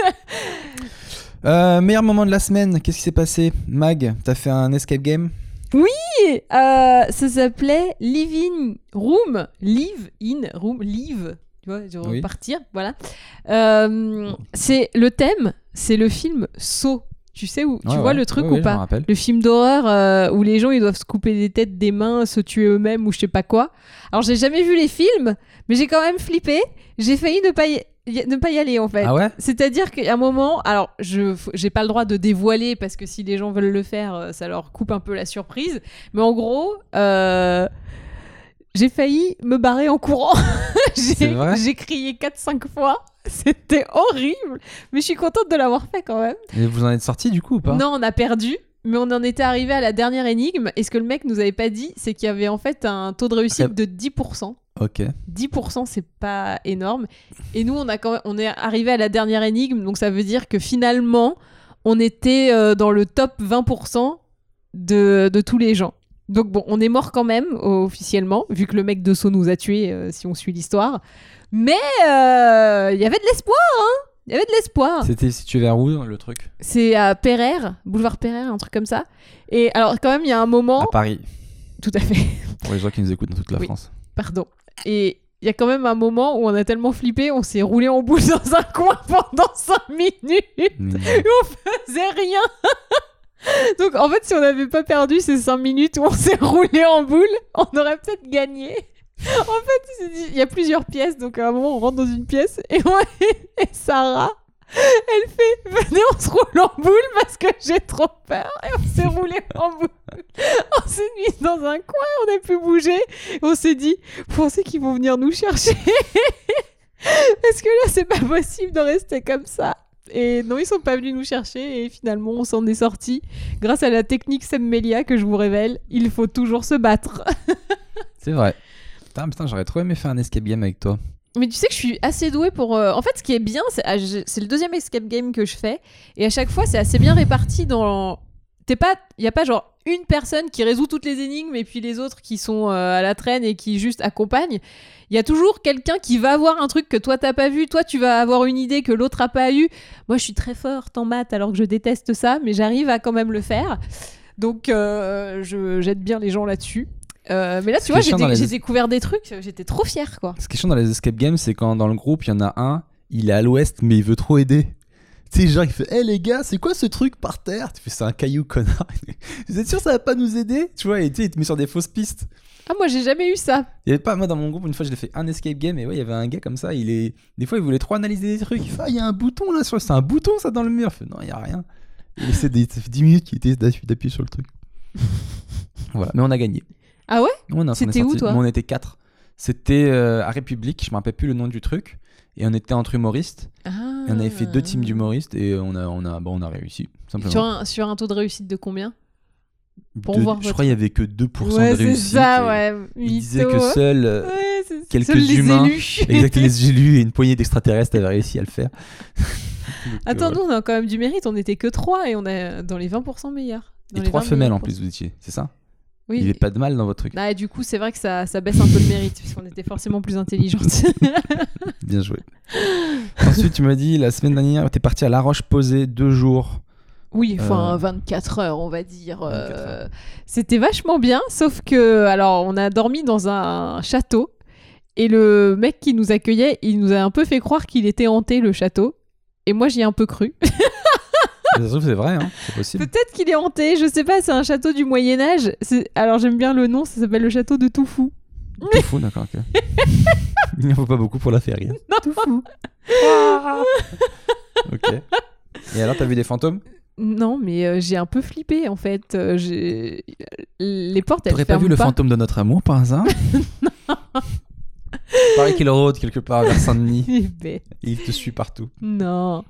Meilleur moment de la semaine, qu'est-ce qui s'est passé? Mag, t'as fait un escape game? Ça s'appelait Live-in Room. Live-in Room. Live. Tu vois, genre Oui. partir, voilà. C'est le thème, c'est le film Saw. Tu sais où tu vois le truc ou je pas? me rappelle. Le film d'horreur où les gens ils doivent se couper des têtes, des mains, se tuer eux-mêmes ou je sais pas quoi. Alors j'ai jamais vu les films, mais j'ai quand même flippé. J'ai failli ne pas y aller en fait. Ah ouais? C'est-à-dire qu'à un moment, alors j'ai pas le droit de dévoiler parce que si les gens veulent le faire, ça leur coupe un peu la surprise. Mais en gros, j'ai failli me barrer en courant. C'est vrai? J'ai crié 4-5 fois. C'était horrible. Mais je suis contente de l'avoir fait quand même. Et vous en êtes sorti du coup ou pas? Non, on a perdu. Mais on en était arrivé à la dernière énigme. Et ce que le mec nous avait pas dit, c'est qu'il y avait en fait un taux de réussite de 10%. Ok. 10%, c'est pas énorme. Et nous, on est arrivé à la dernière énigme. Donc ça veut dire que finalement, on était dans le top 20% de tous les gens. Donc bon, on est mort quand même, officiellement, vu que le mec de Saw nous a tués, si on suit l'histoire. Mais il y avait de l'espoir, hein. Il y avait de l'espoir. C'était situé vers où le truc? C'est à Pereire, boulevard Pereire, un truc comme ça. Et alors quand même, il y a un moment... À Paris. Tout à fait. Pour les gens qui nous écoutent dans toute la Oui. France. Pardon. Et il y a quand même un moment où on a tellement flippé, on s'est roulé en boule dans un coin pendant 5 minutes. Et on faisait rien. Donc en fait, si on n'avait pas perdu ces 5 minutes où on s'est roulé en boule, on aurait peut-être gagné. En fait, il y a plusieurs pièces, donc à un moment, on rentre dans une pièce et Sarah, elle fait « Venez, on se roule en boule parce que j'ai trop peur. » Et on s'est roulé en boule. On s'est mis dans un coin, on n'a plus bougé. On s'est dit « Vous pensez qu'ils vont venir nous chercher ?» Parce que là, c'est pas possible de rester comme ça. Et non, ils sont pas venus nous chercher et finalement, on s'en est sortis. Grâce à la technique Sem Melia que je vous révèle, il faut toujours se battre. C'est vrai. Putain, j'aurais trop aimé faire un escape game avec toi. Mais tu sais que je suis assez douée pour... En fait, ce qui est bien, c'est le deuxième escape game que je fais. Et à chaque fois, c'est assez bien réparti dans... Il n'y a pas genre une personne qui résout toutes les énigmes et puis les autres qui sont à la traîne et qui juste accompagnent. Il y a toujours quelqu'un qui va avoir un truc que toi, t'as pas vu. Toi, tu vas avoir une idée que l'autre a pas eu. Moi, je suis très forte en maths alors que je déteste ça, mais j'arrive à quand même le faire. Donc, j'aide bien les gens là-dessus. Mais là, tu vois, j'ai découvert des trucs, j'étais trop fière, quoi. Ce qui est chiant dans les escape games, c'est quand dans le groupe, il y en a un, il est à l'ouest, mais il veut trop aider. Tu sais, genre, il fait « Hé les gars, c'est quoi ce truc par terre ?» Tu fais « C'est un caillou, connard. » Vous êtes sûr que ça va pas nous aider? Tu vois, et tu sais, il te met sur des fausses pistes. Ah, moi, j'ai jamais eu ça. Il y avait pas, moi, dans mon groupe, une fois, j'ai fait un escape game, et ouais, il y avait un gars comme ça, des fois, il voulait trop analyser des trucs. Il fait « Ah, il y a un bouton là, c'est un bouton ça dans le mur. » Je fais « Non, il y a rien. » Ça fait 10 minutes qu'il était d'appuyer sur le truc. Voilà, mais on a gagné. Ah ouais? C'était où, toi? On était 4. C'était à République, je me rappelle plus le nom du truc. Et on était entre humoristes. Ah. Et on avait fait 2 teams d'humoristes et on a réussi, simplement. Sur un taux de réussite de combien? Je crois qu'il y avait que 2% de réussite. C'est ça, ouais. Il disait que seuls quelques seuls humains, élus. exactement, les élus et une poignée d'extraterrestres avaient réussi à le faire. Donc, attends, nous on a quand même du mérite, on était que 3 et on est dans les 20% meilleurs. Et 3 femelles en plus, vous étiez, c'est ça? Oui. Il n'y avait pas de mal dans votre truc. Bah, du coup, c'est vrai que ça baisse un peu le mérite, puisqu'on était forcément plus intelligentes. Bien joué. Ensuite, tu m'as dit, la semaine dernière, t'es parti à La Roche-Posay 2 jours. Oui, enfin 24 heures, on va dire. C'était vachement bien, sauf que, alors, on a dormi dans un château, et le mec qui nous accueillait, il nous a un peu fait croire qu'il était hanté, le château. Et moi, j'y ai un peu cru. Ça se trouve, c'est vrai, hein, c'est possible. Peut-être qu'il est hanté, je sais pas, c'est un château du Moyen-Âge. Alors j'aime bien le nom, ça s'appelle le château de Toufou. Toufou, d'accord, ok. Il n'en faut pas beaucoup pour la faire rire. Toufou. Ok. Et alors, t'as vu des fantômes? Non, mais j'ai un peu flippé en fait. Les portes, elles ferment pas. T'aurais pas vu le fantôme de notre amour par hasard? paraît qu'il rôde quelque part vers Saint-Denis. Il est bête. Il te suit partout. Non.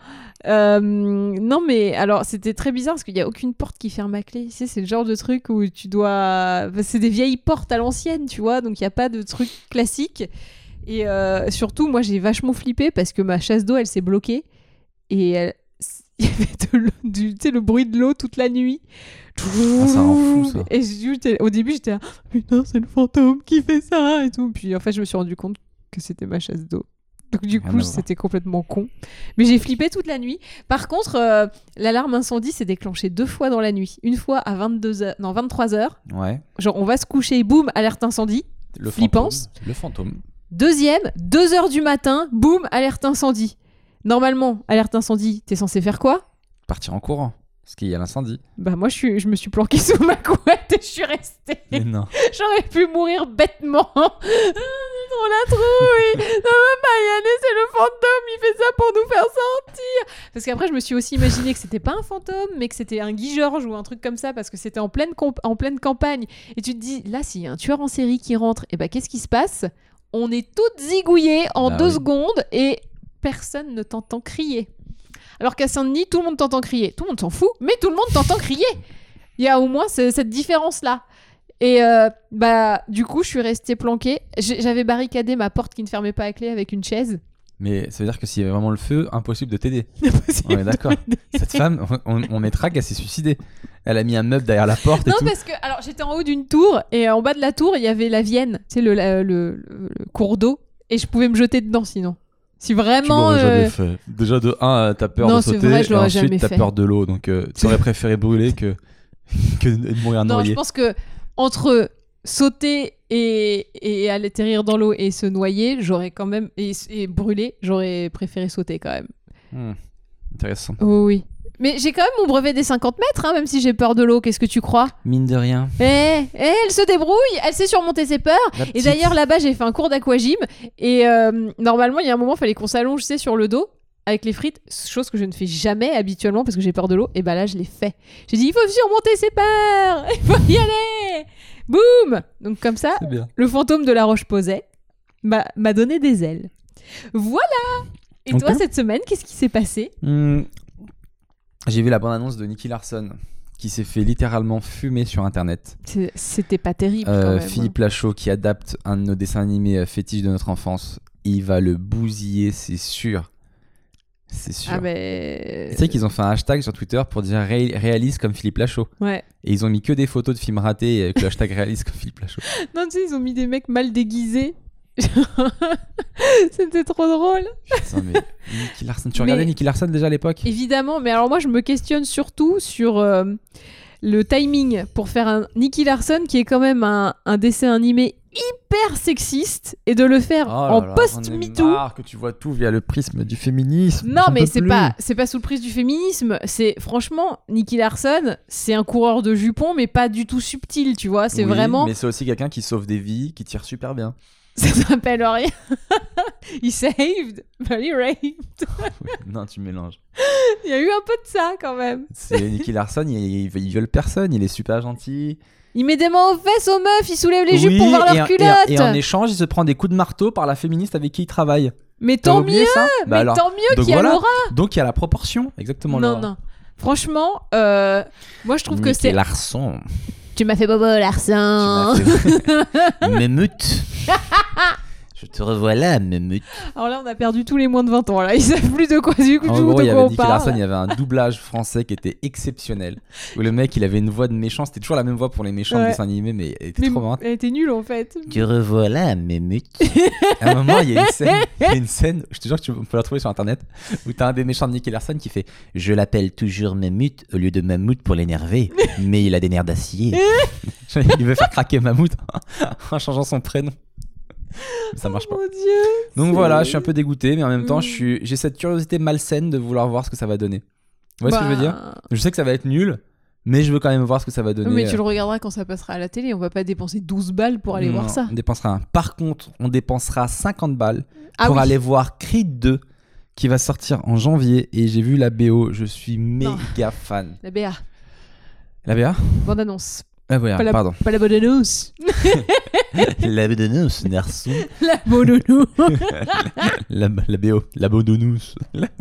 Non, mais alors, c'était très bizarre parce qu'il n'y a aucune porte qui ferme à clé. Tu sais, c'est le genre de truc où tu dois... Enfin, c'est des vieilles portes à l'ancienne, tu vois, donc il n'y a pas de truc classique. Et surtout, moi, j'ai vachement flippé parce que ma chasse d'eau, elle s'est bloquée. Et il y avait tu sais, le bruit de l'eau toute la nuit. Ah, ça rend fou, ça. Et au début, j'étais là, putain, c'est le fantôme qui fait ça et tout. Puis en fait, je me suis rendu compte que c'était ma chasse d'eau. Donc du coup, c'était complètement con. Mais j'ai flippé toute la nuit. Par contre, l'alarme incendie s'est déclenchée 2 fois dans la nuit. Une fois à 23h. Ouais. Genre, on va se coucher, boum, alerte incendie. Flippance. Le fantôme. Deuxième, 2h du matin, boum, alerte incendie. Normalement, alerte incendie, t'es censé faire quoi ? Partir en courant. Parce qu'il y a l'incendie. Bah moi je me suis planquée sous ma couette et je suis restée. Mais non. J'aurais pu mourir bêtement. Trop la trouille. Ça va pas y aller, c'est le fantôme, il fait ça pour nous faire sortir. Parce qu'après je me suis aussi imaginé que c'était pas un fantôme, mais que c'était un Guy Georges ou un truc comme ça, parce que c'était en pleine campagne. Et tu te dis, là s'il y a un tueur en série qui rentre, et bah qu'est-ce qui se passe ? On est toutes zigouillées en 2 secondes et personne ne t'entend crier. Alors qu'à Saint-Denis, tout le monde t'entend crier. Tout le monde s'en fout, mais tout le monde t'entend crier. Il y a au moins cette différence-là. Et bah, du coup, je suis restée planquée. J'avais barricadé ma porte qui ne fermait pas à clé avec une chaise. Mais ça veut dire que s'il y avait vraiment le feu, impossible de t'aider. On est d'accord. Cette femme, on mettra qu'elle s'est suicidée. Elle a mis un meuble derrière la porte et tout. Non, parce que alors, j'étais en haut d'une tour et en bas de la tour, il y avait la Vienne, tu sais, le cours d'eau. Et je pouvais me jeter dedans sinon. Si vraiment. Tu l'aurais jamais fait. Déjà de 1, t'as peur de sauter, vrai, je et l'aurais jamais ensuite t'as fait. peur de l'eau. Donc tu aurais préféré brûler que de mourir noyé. Non, je pense que entre sauter et aller atterrir dans l'eau et se noyer, j'aurais quand même et brûler, j'aurais préféré sauter quand même. Intéressant. Oh, oui. Mais j'ai quand même mon brevet des 50 mètres, hein, même si j'ai peur de l'eau. Qu'est-ce que tu crois ? Mine de rien. Elle se débrouille, elle sait surmonter ses peurs. Et d'ailleurs, là-bas, j'ai fait un cours d'aquagym. Et normalement, il y a un moment, il fallait qu'on s'allonge, tu sais, sur le dos avec les frites, chose que je ne fais jamais habituellement parce que j'ai peur de l'eau. Et bah là, je l'ai fait. J'ai dit, il faut surmonter ses peurs, il faut y aller. Boum ! Donc comme ça, le fantôme de la Roche-Posay m'a donné des ailes. Voilà. Et toi, cette semaine, qu'est-ce qui s'est passé ? J'ai vu la bande-annonce de Nicky Larson qui s'est fait littéralement fumer sur internet. C'était pas terrible quand même. Philippe Lachaud qui adapte un de nos dessins animés fétiches de notre enfance. Il va le bousiller, c'est sûr. C'est sûr. Ah mais... Tu sais qu'ils ont fait un hashtag sur Twitter pour dire réalise comme Philippe Lachaud. Ouais. Et ils ont mis que des photos de films ratés avec le hashtag réalise comme Philippe Lachaud. Non, tu sais, ils ont mis des mecs mal déguisés. C'était trop drôle. Putain, mais Nicky Larson, tu regardais Nicky Larson déjà à l'époque ? Évidemment, mais alors moi je me questionne surtout sur le timing pour faire un Nicky Larson qui est quand même un dessin animé hyper sexiste et de le faire en post-MeToo. Que tu vois tout via le prisme du féminisme. Non, mais c'est pas sous le prisme du féminisme. C'est franchement Nicky Larson, c'est un coureur de jupons, mais pas du tout subtil, tu vois. C'est vraiment. Mais c'est aussi quelqu'un qui sauve des vies, qui tire super bien. Ça s'appelle rien. He saved, but he raped. Oui, non, tu mélanges. Il y a eu un peu de ça quand même. C'est Nicky Larson, il viole personne, il est super gentil. Il met des mains aux fesses aux meufs, il soulève les jupes pour voir leurs culottes. Et en échange, il se prend des coups de marteau par la féministe avec qui il travaille. Mais tant mieux, tant mieux qu'il y a Laura. Donc il y a la proportion, exactement. Non, Laura. non. Franchement, moi je trouve que c'est... Larson. Tu m'as fait bobo, Larson. Memeute. Je te revois là, Memeute. Alors là, on a perdu tous les moins de 20 ans. Là. Ils savent plus de quoi, en gros, il y avait Nicky Larson, il y avait un doublage français qui était exceptionnel. Où le mec, il avait une voix de méchant. C'était toujours la même voix pour les méchants de dessins animés, mais elle était trop marrante. Elle était nulle en fait. Tu revois là, Memeute. À un moment, il y a une scène, je te jure que on peut la trouver sur internet, où t'as un des méchants de Nicky Larson qui fait « Je l'appelle toujours Memeute au lieu de Mammouth pour l'énerver, mais il a des nerfs d'acier. » Il veut faire craquer Mammouth en changeant son prénom. Ça marche pas. Mon Dieu, donc voilà, je suis un peu dégoûté, mais en même temps, j'ai cette curiosité malsaine de vouloir voir ce que ça va donner. Vous voyez ce que je veux dire ? Je sais que ça va être nul, mais je veux quand même voir ce que ça va donner. Mais tu le regarderas quand ça passera à la télé. On va pas dépenser 12 balles pour aller voir ça. On dépensera Par contre, on dépensera 50 balles pour aller voir Creed 2 qui va sortir en janvier. Et j'ai vu la BO, je suis méga fan. La BA. La BA ? Bande annonce. Ah ouais, pardon. Pas la bande annonce. La Bodonous, garçon. La Bononou. La BO, la Bodonous.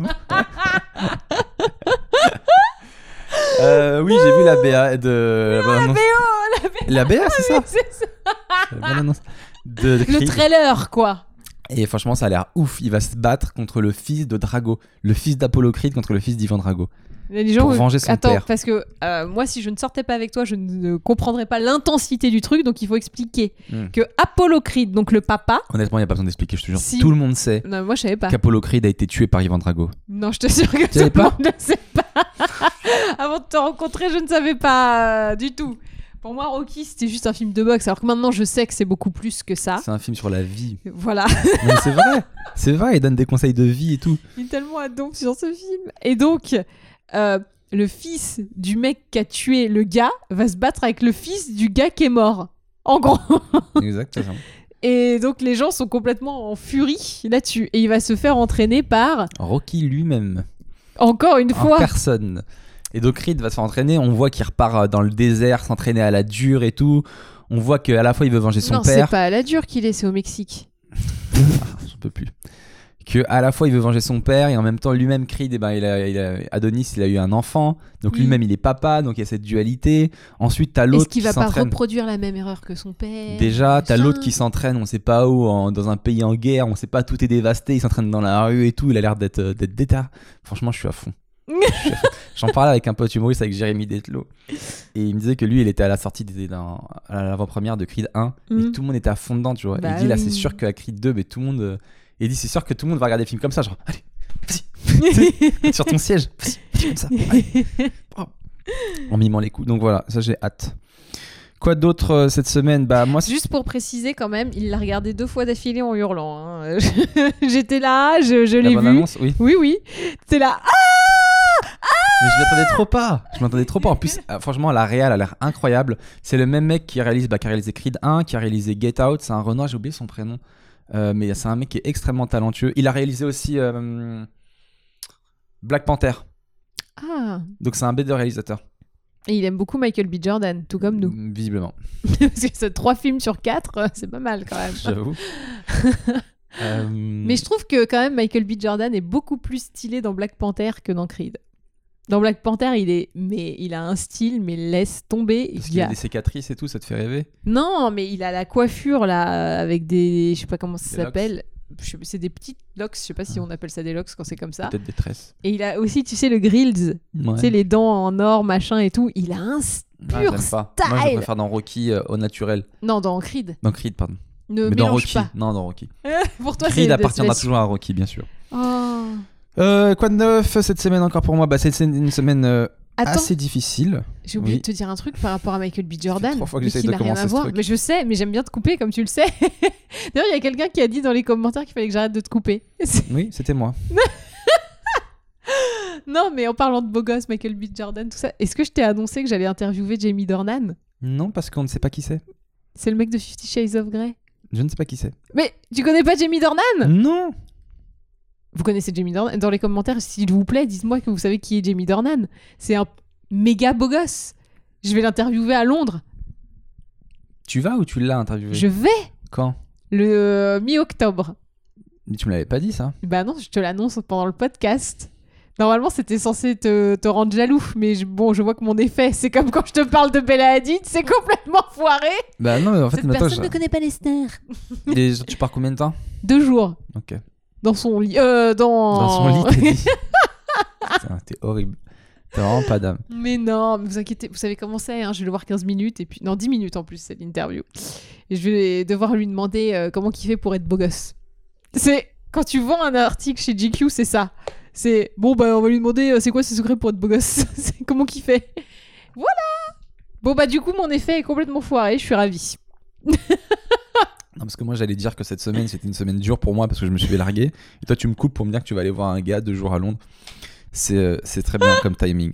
Oui, j'ai vu la BA de... La BA, c'est ça. C'est ça. La bande-annonce de Le Creed. trailer, quoi. Et franchement, ça a l'air ouf. Il va se battre contre le fils de Drago. Le fils d'Apollo Creed contre le fils d'Ivan Drago. Les gens, Pour venger son attends, père. parce que moi, si je ne sortais pas avec toi, je ne comprendrais pas l'intensité du truc. Donc, il faut expliquer que Apollo Creed, donc le papa. Honnêtement, il n'y a pas besoin d'expliquer, je te jure. Si. Tout le monde sait Non, moi, je savais pas. qu'Apollo Creed a été tué par Ivan Drago. Non, je te jure que tout savais le pas monde ne sait pas. Avant de te rencontrer, je ne savais pas du tout. Pour moi, Rocky, c'était juste un film de boxe. Alors que maintenant, je sais que c'est beaucoup plus que ça. C'est un film sur la vie. Voilà. Non, mais c'est vrai. C'est vrai, il donne des conseils de vie et tout. Il est tellement adon sur ce film. Et donc, le fils du mec qui a tué le gars va se battre avec le fils du gars qui est mort. En gros. Exactement. Et donc, les gens sont complètement en furie là-dessus. Et il va se faire entraîner par, Rocky lui-même. encore une En fois, personne. Et donc Creed va se faire entraîner. On voit qu'il repart dans le désert, s'entraîner à la dure et tout. On voit qu'à la fois il veut venger son non, père. c'est pas à la dure qu'il est, c'est au Mexique. J'en peux plus. Que à la fois il veut venger son père et en même temps lui-même Creed, Adonis, il a eu un enfant. Donc Oui. lui-même il est papa. Donc il y a cette dualité. Ensuite t'as l'autre Est-ce qu'il qui va pas s'entraîne. reproduire la même erreur que son père? Déjà, t'as machin. l'autre qui s'entraîne, on sait pas où, dans un pays en guerre, on sait pas, tout est dévasté, il s'entraîne dans la rue et tout, il a l'air d'être déter. Franchement, je suis à fond. J'en parlais avec un pote humoriste, avec Jérémy Detlo, et il me disait que lui, il était à la sortie, à l'avant-première de Creed 1, et tout le monde était à fond dedans, tu vois. Bah il dit là, oui. c'est sûr qu'à Creed 2, mais tout le monde. Et il dit, c'est sûr que tout le monde va regarder le film comme ça, genre, allez, vas-y, sur ton siège, vas-y, comme ça, allez. En mimant les coups. Donc voilà, ça j'ai hâte. Quoi d'autre cette semaine? Bah moi Juste pour préciser quand même, il l'a regardé 2 fois d'affilée en hurlant. Hein. J'étais là, je la l'ai bonne vu. annonce, oui. Oui. T'es là. Mais je m'attendais trop pas. En plus, franchement, la réal a l'air incroyable. C'est le même mec qui a réalisé Creed 1, qui a réalisé Get Out. C'est un Renoir, j'ai oublié son prénom. Mais c'est un mec qui est extrêmement talentueux. Il a réalisé aussi Black Panther. Ah. Donc c'est un bête de réalisateur. Et il aime beaucoup Michael B. Jordan, tout comme nous. Visiblement. Parce que c'est 3 films sur 4, c'est pas mal quand même. J'avoue. Mais je trouve que quand même Michael B. Jordan est beaucoup plus stylé dans Black Panther que dans Creed. Dans Black Panther, il a un style, mais laisse tomber. Parce qu'il y a des cicatrices et tout, ça te fait rêver? Non, mais il a la coiffure là, avec des, je sais pas comment ça Des s'appelle. C'est des petites locks, je sais pas si on appelle ça des locks quand c'est comme ça. Peut-être des tresses. Et il a aussi, tu sais, le grills, Ouais. tu sais, les dents en or, machin et tout. Il a un Ah, pur j'aime pas. style. Moi je préfère dans Rocky au naturel. Non, dans Creed. Dans Creed, pardon. Ne Mais dans mélange Rocky. pas. Non, dans Rocky. Pour toi, Creed c'est appartiendra toujours à Rocky, bien sûr. Oh. Quoi de neuf cette semaine encore pour moi? Bah, c'est une semaine Attends, assez difficile. j'ai oublié Oui. de te dire un truc par rapport à Michael B. Jordan. 3 fois que mais j'essaie qui de n'a rien commencer à ce voir. truc. Mais je sais, mais j'aime bien te couper comme tu le sais. D'ailleurs, il y a quelqu'un qui a dit dans les commentaires qu'il fallait que j'arrête de te couper. Oui, c'était moi. Non, mais en parlant de beau gosse, Michael B. Jordan, tout ça, est-ce que je t'ai annoncé que j'allais interviewer Jamie Dornan? Non, parce qu'on ne sait pas qui c'est. C'est le mec de 50 Shades of Grey. Je ne sais pas qui c'est. Mais tu connais pas Jamie Dornan? Non. Vous connaissez Jamie Dornan? Dans les commentaires, s'il vous plaît, dites-moi que vous savez qui est Jamie Dornan. C'est un méga beau gosse. Je vais l'interviewer à Londres. Tu vas ou tu l'as interviewé? Je vais Quand? le mi-octobre. Mais tu me l'avais pas dit ça. Bah non, je te l'annonce pendant le podcast. Normalement, c'était censé te rendre jaloux, mais bon, je vois que mon effet, c'est comme quand je te parle de Bella Hadid, c'est complètement foiré. Bah non, mais en fait, Cette maintenant, personne ne connaît pas les stars. tu pars combien de temps? 2 jours. Ok. Dans son lit. Dans son lit, t'as dit. Putain, t'es horrible. T'as vraiment pas d'âme. Mais non, mais vous inquiétez, vous savez comment c'est, hein, je vais le voir 15 minutes, et puis... Non, 10 minutes en plus, c'est l'interview. Et je vais devoir lui demander comment il fait pour être beau gosse. C'est... Quand tu vends un article chez GQ, c'est ça. C'est... Bon, bah, on va lui demander c'est quoi ses secrets pour être beau gosse. C'est comment qu'il fait. Voilà. Bon, bah, du coup, mon effet est complètement foiré, je suis ravie. Non, parce que moi, j'allais dire que cette semaine, c'était une semaine dure pour moi parce que je me suis fait larguer. Et toi, tu me coupes pour me dire que tu vas aller voir un gars 2 jours à Londres. C'est très bien comme timing.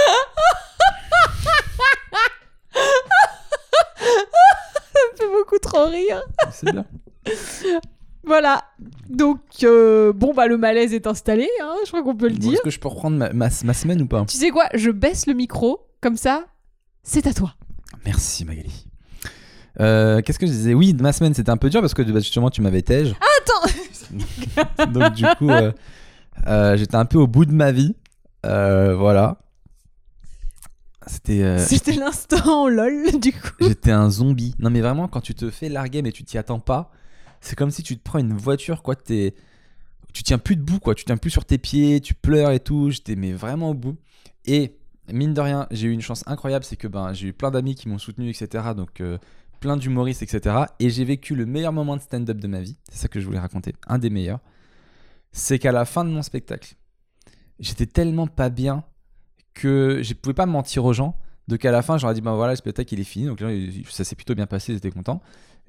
Ça me fait beaucoup trop rire. C'est bien. Voilà. Donc, bon, bah, le malaise est installé, hein, je crois qu'on peut le Bon, dire. est-ce que je peux reprendre ma semaine ou pas? Tu sais quoi, je baisse le micro, comme ça, c'est à toi. Merci Magali. Qu'est-ce que je disais? Oui, ma semaine c'était un peu dur parce que justement tu m'avais tège. Attends. Donc du coup, j'étais un peu au bout de ma vie. Voilà. C'était l'instant lol du coup. J'étais un zombie. Non mais vraiment, quand tu te fais larguer mais tu t'y attends pas, c'est comme si tu te prends une voiture, quoi. Tu tiens plus debout, quoi. Tu tiens plus sur tes pieds, tu pleures et tout. J'étais mais vraiment au bout. Et mine de rien, j'ai eu une chance incroyable, c'est que j'ai eu plein d'amis qui m'ont soutenu, etc. Donc plein d'humoristes, etc. Et j'ai vécu le meilleur moment de stand-up de ma vie. C'est ça que je voulais raconter, un des meilleurs. C'est qu'à la fin de mon spectacle, j'étais tellement pas bien que je pouvais pas mentir aux gens. Donc à la fin, j'aurais dit voilà, le spectacle il est fini. Donc là, ça s'est plutôt bien passé, j'étais content.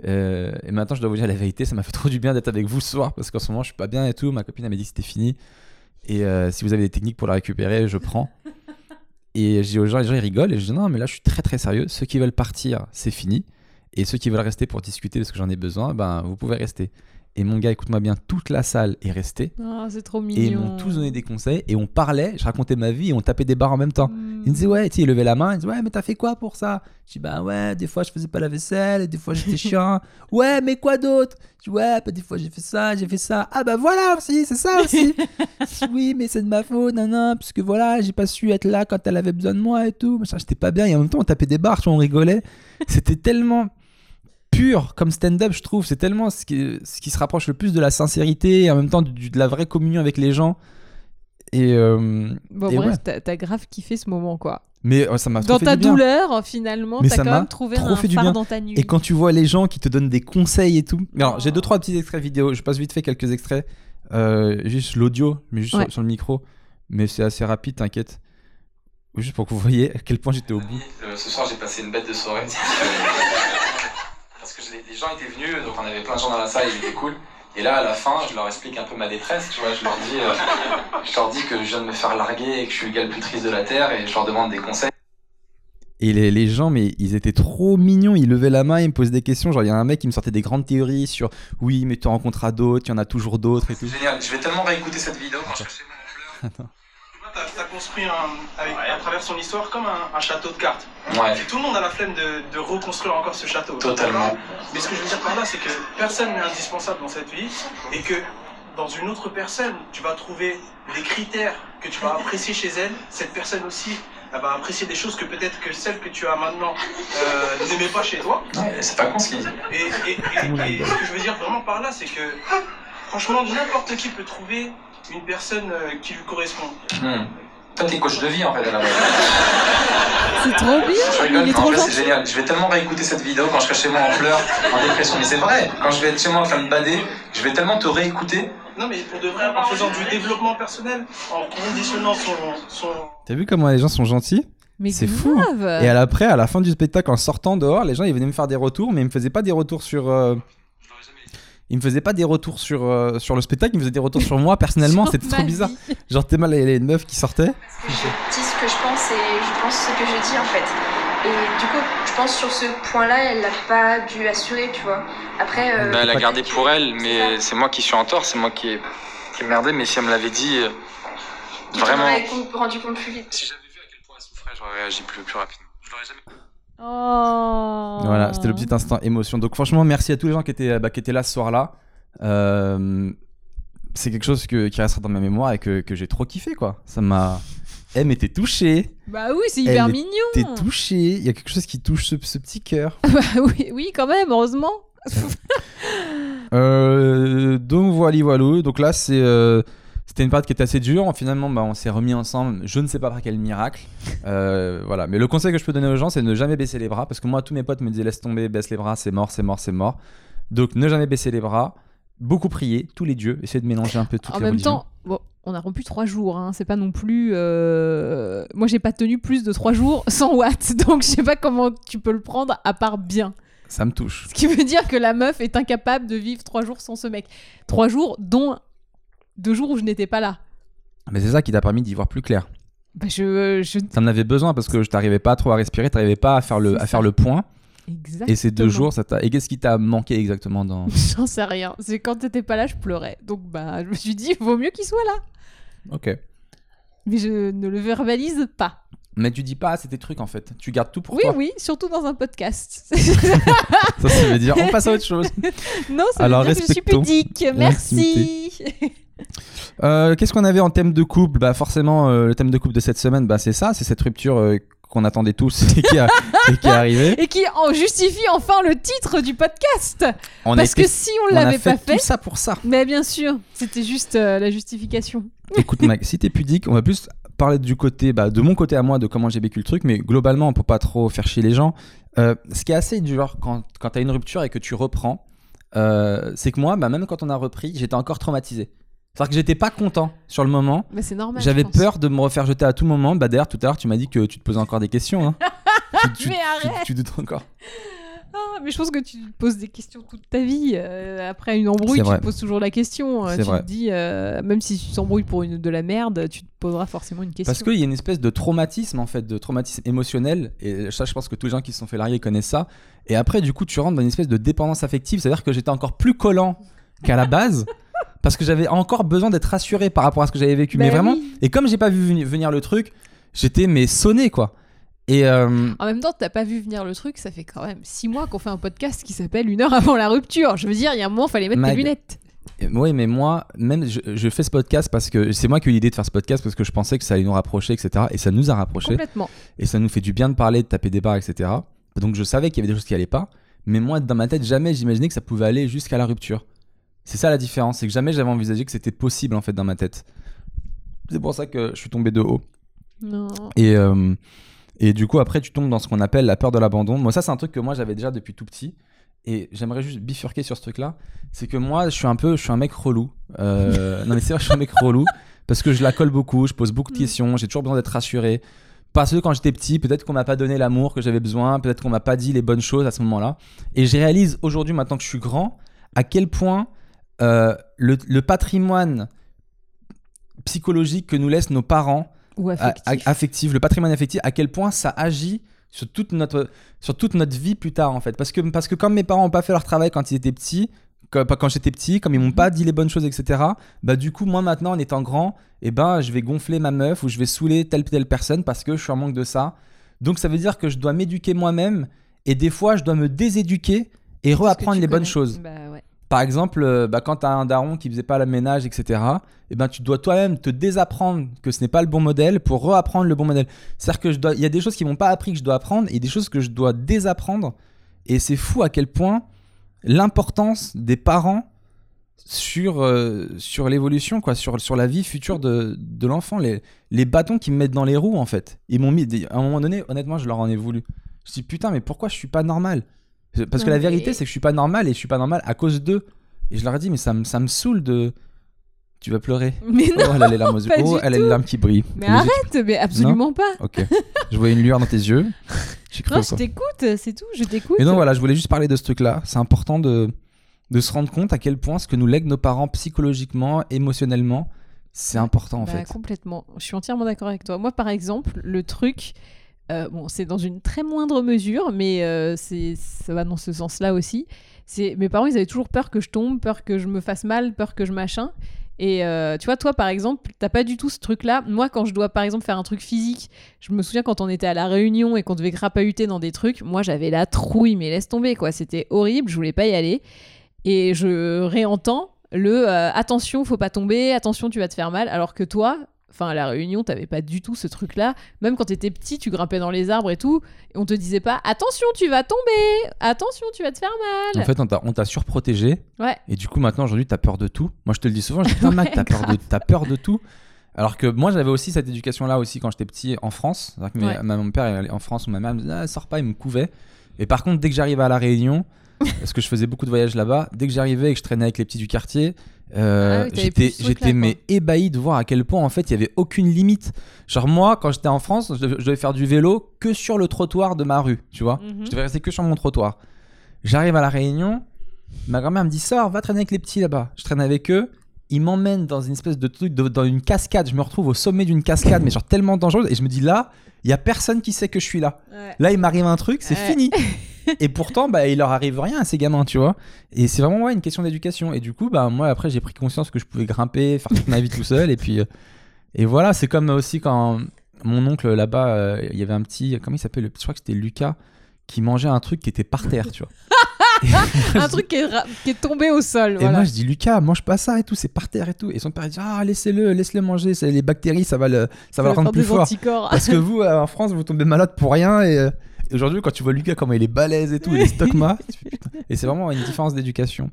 Et maintenant, je dois vous dire la vérité, ça m'a fait trop du bien d'être avec vous ce soir parce qu'en ce moment, je suis pas bien et tout. Ma copine elle m'a dit que c'était fini. Et si vous avez des techniques pour la récupérer, je prends. Et je dis aux gens, les gens ils rigolent. Et je dis non, mais là, je suis très très sérieux. Ceux qui veulent partir, c'est fini. Et ceux qui veulent rester pour discuter parce que j'en ai besoin, vous pouvez rester. Et mon gars, écoute-moi bien, toute la salle est restée. Oh, c'est trop mignon. Et ils m'ont tous donné des conseils. Et on parlait, je racontais ma vie et on tapait des barres en même temps. Ils me disaient, ouais, tu sais, ils levaient la main. Ils disaient, ouais, mais t'as fait quoi pour ça? Je dis, ouais, des fois je faisais pas la vaisselle. Et des fois j'étais chiant. Ouais, mais quoi d'autre? Je dis, ouais, des fois j'ai fait ça, j'ai fait ça. Ah voilà aussi, c'est ça aussi. Oui, mais c'est de ma faute, parce que voilà, j'ai pas su être là quand elle avait besoin de moi et tout. Machin, j'étais pas bien. Et en même temps, on tapait des barres, tu vois, on rigolait. C'était tellement pur comme stand-up, je trouve. C'est tellement ce qui se rapproche le plus de la sincérité et en même temps de la vraie communion avec les gens. Et bref, t'as grave kiffé ce moment, quoi. Mais ça m'a dans trop fait ta du bien. Douleur, finalement, mais t'as quand même trouvé un phare dans ta nuit. Et quand tu vois les gens qui te donnent des conseils et tout. Alors, j'ai 2-3 petits extraits vidéo. Je passe vite fait quelques extraits. Juste l'audio, mais juste sur le micro. Mais c'est assez rapide, t'inquiète. Juste pour que vous voyez à quel point j'étais au bout. Ce soir, j'ai passé une bête de soirée. Parce que les gens étaient venus, donc on avait plein de gens dans la salle, ils étaient cool. Et là, à la fin, je leur explique un peu ma détresse, tu vois. Je leur dis que je viens de me faire larguer et que je suis le gars le plus triste de la Terre et je leur demande des conseils. Et les gens, mais ils étaient trop mignons, ils levaient la main, ils me posaient des questions. Genre, il y a un mec qui me sortait des grandes théories sur oui, mais tu en rencontreras d'autres, il y en a toujours d'autres et tout. C'est génial, je vais tellement réécouter cette vidéo quand je cherchais mon fleur. T'as construit à travers son histoire comme un château de cartes. Ouais. Et tout le monde a la flemme de reconstruire encore ce château. Totalement. Mais ce que je veux dire par là, c'est que personne n'est indispensable dans cette vie et que dans une autre personne, tu vas trouver des critères que tu vas apprécier chez elle. Cette personne aussi, elle va apprécier des choses que peut-être que celle que tu as maintenant n'aimait pas chez toi. Ouais, c'est pas con ce qu'il dit. Et ce que je veux dire vraiment par là, c'est que franchement, n'importe qui peut trouver une personne qui lui correspond. Toi, t'es coach de vie en fait à la base. C'est trop bien. Je rigole, il est trop c'est génial. Je vais tellement réécouter cette vidéo quand je serai chez moi en pleurs, en dépression. Mais c'est vrai, quand je vais être chez moi en train de bader, je vais tellement te réécouter. Non, mais pour de vrai, en faisant du développement personnel, en conditionnant son... T'as vu comment les gens sont gentils? Mais c'est fou. Hein. Et à la fin du spectacle, en sortant dehors, les gens ils venaient me faire des retours, mais ils me faisaient pas des retours sur. Ils me faisaient pas des retours sur le spectacle, ils me faisaient des retours sur moi personnellement, c'était trop bizarre. Genre t'es mal, il y avait une meuf qui sortait. Je dis ce que je pense et je pense ce que je dis en fait. Et du coup, je pense sur ce point-là, elle l'a pas dû assurer, tu vois. Après. Elle a gardé pour elle, mais c'est moi qui suis en tort, c'est moi qui ai merdé, mais si elle me l'avait dit. Vraiment. Je m'aurais rendu compte plus vite. Si j'avais vu à quel point elle souffrait, j'aurais réagi plus rapidement. Je l'aurais jamais. Oh. Voilà, c'était le petit instant émotion. Donc franchement, merci à tous les gens qui étaient là ce soir-là. C'est quelque chose qui restera dans ma mémoire et que j'ai trop kiffé, quoi. Ça m'a... Elle m'était touchée. Bah oui, c'est hyper mignon. T'es touchée. Il y a quelque chose qui touche ce petit cœur. Bah oui, quand même, heureusement. Donc voilà. Donc là, c'était une période qui était assez dure. Finalement, on s'est remis ensemble. Je ne sais pas par quel miracle. Voilà. Mais le conseil que je peux donner aux gens, c'est de ne jamais baisser les bras. Parce que moi, tous mes potes me disaient laisse tomber, baisse les bras, c'est mort. Donc ne jamais baisser les bras. Beaucoup prier, tous les dieux. Essayer de mélanger un peu toutes les religions. En même temps, bon, on a rompu 3 jours. Hein. C'est pas non plus. Moi, j'ai pas tenu plus de 3 jours sans watts. Donc je sais pas comment tu peux le prendre à part bien. Ça me touche. Ce qui veut dire que la meuf est incapable de vivre 3 jours sans ce mec. 3 jours, dont 2 jours où je n'étais pas là. Mais c'est ça qui t'a permis d'y voir plus clair. Bah T'en avais besoin parce que je t'arrivais pas trop à respirer, t'arrivais pas à faire le point. Exactement. Et ces 2 jours, Et qu'est-ce qui t'a manqué exactement dans... J'en sais rien. C'est quand t'étais pas là, je pleurais. Donc je me suis dit, vaut mieux qu'il soit là. Ok. Mais je ne le verbalise pas. Mais tu dis pas assez tes trucs en fait. Tu gardes tout pour Oui, toi. oui, surtout dans un podcast. Ça veut dire on passe à autre chose. Non, ça Alors, veut dire que je suis respectons pudique. Merci. Qu'est-ce qu'on avait en thème de couple ? Bah forcément, le thème de couple de cette semaine, bah c'est ça, c'est cette rupture qu'on attendait tous et qui est arrivée. Et qui en justifie enfin le titre du podcast. On Parce que si on l'avait pas fait, tout ça pour ça. mais bien sûr, c'était juste la justification. Écoute Mac, si t'es pudique, on va plus parler du côté, de mon côté à moi, de comment j'ai vécu le truc, mais globalement, on peut pas trop faire chier les gens. Ce qui est assez dur quand t'as une rupture et que tu reprends, c'est que moi, même quand on a repris, j'étais encore traumatisé. C'est-à-dire que j'étais pas content sur le moment. Mais c'est normal. J'avais je pense. peur de me refaire jeter à tout moment. D'ailleurs, tout à l'heure, tu m'as dit que tu te posais encore des questions. Hein. Mais arrête. Tu doutes encore. Ah, mais je pense que tu te poses des questions toute ta vie. Après une embrouille, C'est tu vrai. te poses toujours la question. C'est Tu vrai. te dis, même si tu t'embrouilles pour de la merde, tu te poseras forcément une question. Parce qu'il y a une espèce de traumatisme, en fait, de traumatisme émotionnel. Et ça, je pense que tous les gens qui se sont fait larguer connaissent ça. Et après, du coup, tu rentres dans une espèce de dépendance affective. C'est-à-dire que j'étais encore plus collant qu'à la base. Parce que j'avais encore besoin d'être rassuré par rapport à ce que j'avais vécu. Mais vraiment. Oui. Et comme j'ai pas vu venir le truc, j'étais sonné, quoi. Et En même temps, t'as pas vu venir le truc, ça fait quand même 6 mois qu'on fait un podcast qui s'appelle 1 heure avant la rupture. Je veux dire, il y a un moment, fallait mettre tes Mag. lunettes. oui, mais moi, même je fais ce podcast parce que c'est moi qui ai eu l'idée de faire ce podcast parce que je pensais que ça allait nous rapprocher, etc. Et ça nous a rapprochés. Complètement. Et ça nous fait du bien de parler, de taper des barres, etc. Donc je savais qu'il y avait des choses qui allaient pas. Mais moi, dans ma tête, jamais j'imaginais que ça pouvait aller jusqu'à la rupture. C'est ça la différence, c'est que jamais j'avais envisagé que c'était possible en fait dans ma tête. C'est pour ça que je suis tombé de haut. Non. Et du coup, après, tu tombes dans ce qu'on appelle la peur de l'abandon. Moi, ça, c'est un truc que moi j'avais déjà depuis tout petit. Et j'aimerais juste bifurquer sur ce truc-là. C'est que moi, je suis un mec relou. Non, mais c'est vrai, je suis un mec relou parce que je la colle beaucoup, je pose beaucoup de questions, j'ai toujours besoin d'être rassuré. Parce que quand j'étais petit, peut-être qu'on m'a pas donné l'amour que j'avais besoin, peut-être qu'on m'a pas dit les bonnes choses à ce moment-là. Et je réalise aujourd'hui, maintenant que je suis grand, à quel point le patrimoine psychologique que nous laissent nos parents, Ou affectif. affectif, le patrimoine affectif, à quel point ça agit sur toute notre vie plus tard en fait. Parce que comme mes parents n'ont pas fait leur travail quand ils étaient petits, quand j'étais petit, comme ils m'ont pas dit les bonnes choses, etc. Bah du coup, moi maintenant, en étant grand, je vais gonfler ma meuf ou je vais saouler telle personne parce que je suis en manque de ça. Donc ça veut dire que je dois m'éduquer moi-même et des fois, je dois me déséduquer et reapprendre les bonnes choses. Bah ouais. Par exemple, quand t'as un daron qui faisait pas le ménage, etc., tu dois toi-même te désapprendre que ce n'est pas le bon modèle pour reapprendre le bon modèle. C'est-à-dire que il y a des choses qui m'ont pas appris que je dois apprendre et des choses que je dois désapprendre. Et c'est fou à quel point l'importance des parents sur l'évolution, quoi, sur la vie future de l'enfant. Les bâtons qu'ils me mettent dans les roues, en fait. Ils m'ont mis, à un moment donné, honnêtement, je leur en ai voulu. Je me suis dit, putain, mais pourquoi je suis pas normal ? Parce que la vérité, c'est que je suis pas normal et je suis pas normal à cause d'eux. Et je leur ai dit, mais ça me saoule de. Tu vas pleurer. Mais non, Oh, elle a les larmes aux yeux. pas Oh, du elle a les larmes qui brillent. mais Les yeux arrête, mais absolument pas. qui- Ok. Je voyais une lueur dans tes yeux. J'ai cru Non, au je quoi. t'écoute, c'est tout, je t'écoute. Et donc voilà, je voulais juste parler de ce truc-là. C'est important de se rendre compte à quel point ce que nous lèguent nos parents psychologiquement, émotionnellement, c'est important en Bah, fait. Complètement. Je suis entièrement d'accord avec toi. Moi, par exemple, le truc, c'est dans une très moindre mesure, mais ça va dans ce sens-là aussi. Mes parents, ils avaient toujours peur que je tombe, peur que je me fasse mal, peur que je machin. Et tu vois, toi, par exemple, t'as pas du tout ce truc-là. Moi, quand je dois, par exemple, faire un truc physique, je me souviens quand on était à La Réunion et qu'on devait crapahuter dans des trucs, moi, j'avais la trouille, mais laisse tomber, quoi. C'était horrible, je voulais pas y aller. Et je réentends attention, faut pas tomber, attention, tu vas te faire mal. Alors que toi, à La Réunion, t'avais pas du tout ce truc-là. Même quand t'étais petit, tu grimpais dans les arbres et tout, et on te disait pas attention, tu vas tomber, attention, tu vas te faire mal. En fait, on t'a surprotégé. Ouais. Et du coup, maintenant, aujourd'hui, t'as peur de tout. Moi, je te le dis souvent, je dis, putain, Mac, t'as peur de tout. Alors que moi, j'avais aussi cette éducation-là aussi quand j'étais petit en France. C'est-à-dire que mon père est allé en France, ou ma mère me disait, sors pas, il me couvait. Et par contre, dès que j'arrivais à La Réunion, parce que je faisais beaucoup de voyages là-bas, dès que j'arrivais et que je traînais avec les petits du quartier, j'étais mais ébahi de voir à quel point en fait il y avait aucune limite. Genre moi, quand j'étais en France, je devais faire du vélo que sur le trottoir de ma rue, tu vois. Je devais rester que sur mon trottoir. J'arrive à La Réunion, ma grand-mère me dit sors, va traîner avec les petits là-bas. Je traîne avec eux. Ils m'emmènent dans une espèce de truc, dans une cascade. Je me retrouve au sommet d'une cascade, mais genre tellement dangereuse. Et je me dis là, il y a personne qui sait que je suis là. Ouais. Là, il m'arrive un truc, c'est fini. Et pourtant, il leur arrive rien à ces gamins, tu vois. Et c'est vraiment une question d'éducation. Et du coup, moi, après, j'ai pris conscience que je pouvais grimper, faire toute ma vie tout seul. Et puis, et voilà, c'est comme aussi quand mon oncle là-bas, il y avait un petit, comment il s'appelle, je crois que c'était Lucas, qui mangeait un truc qui était par terre, tu vois. Un truc qui est tombé au sol. Et voilà. moi je dis Lucas, mange pas ça et tout, c'est par terre et tout. Et son père il dit laisse-le manger, c'est les bactéries, ça va le rendre plus fort. Anticorps. Parce que vous en France vous tombez malade pour rien et aujourd'hui quand tu vois Lucas comment il est balèze et tout, il est stockma. Et c'est vraiment une différence d'éducation.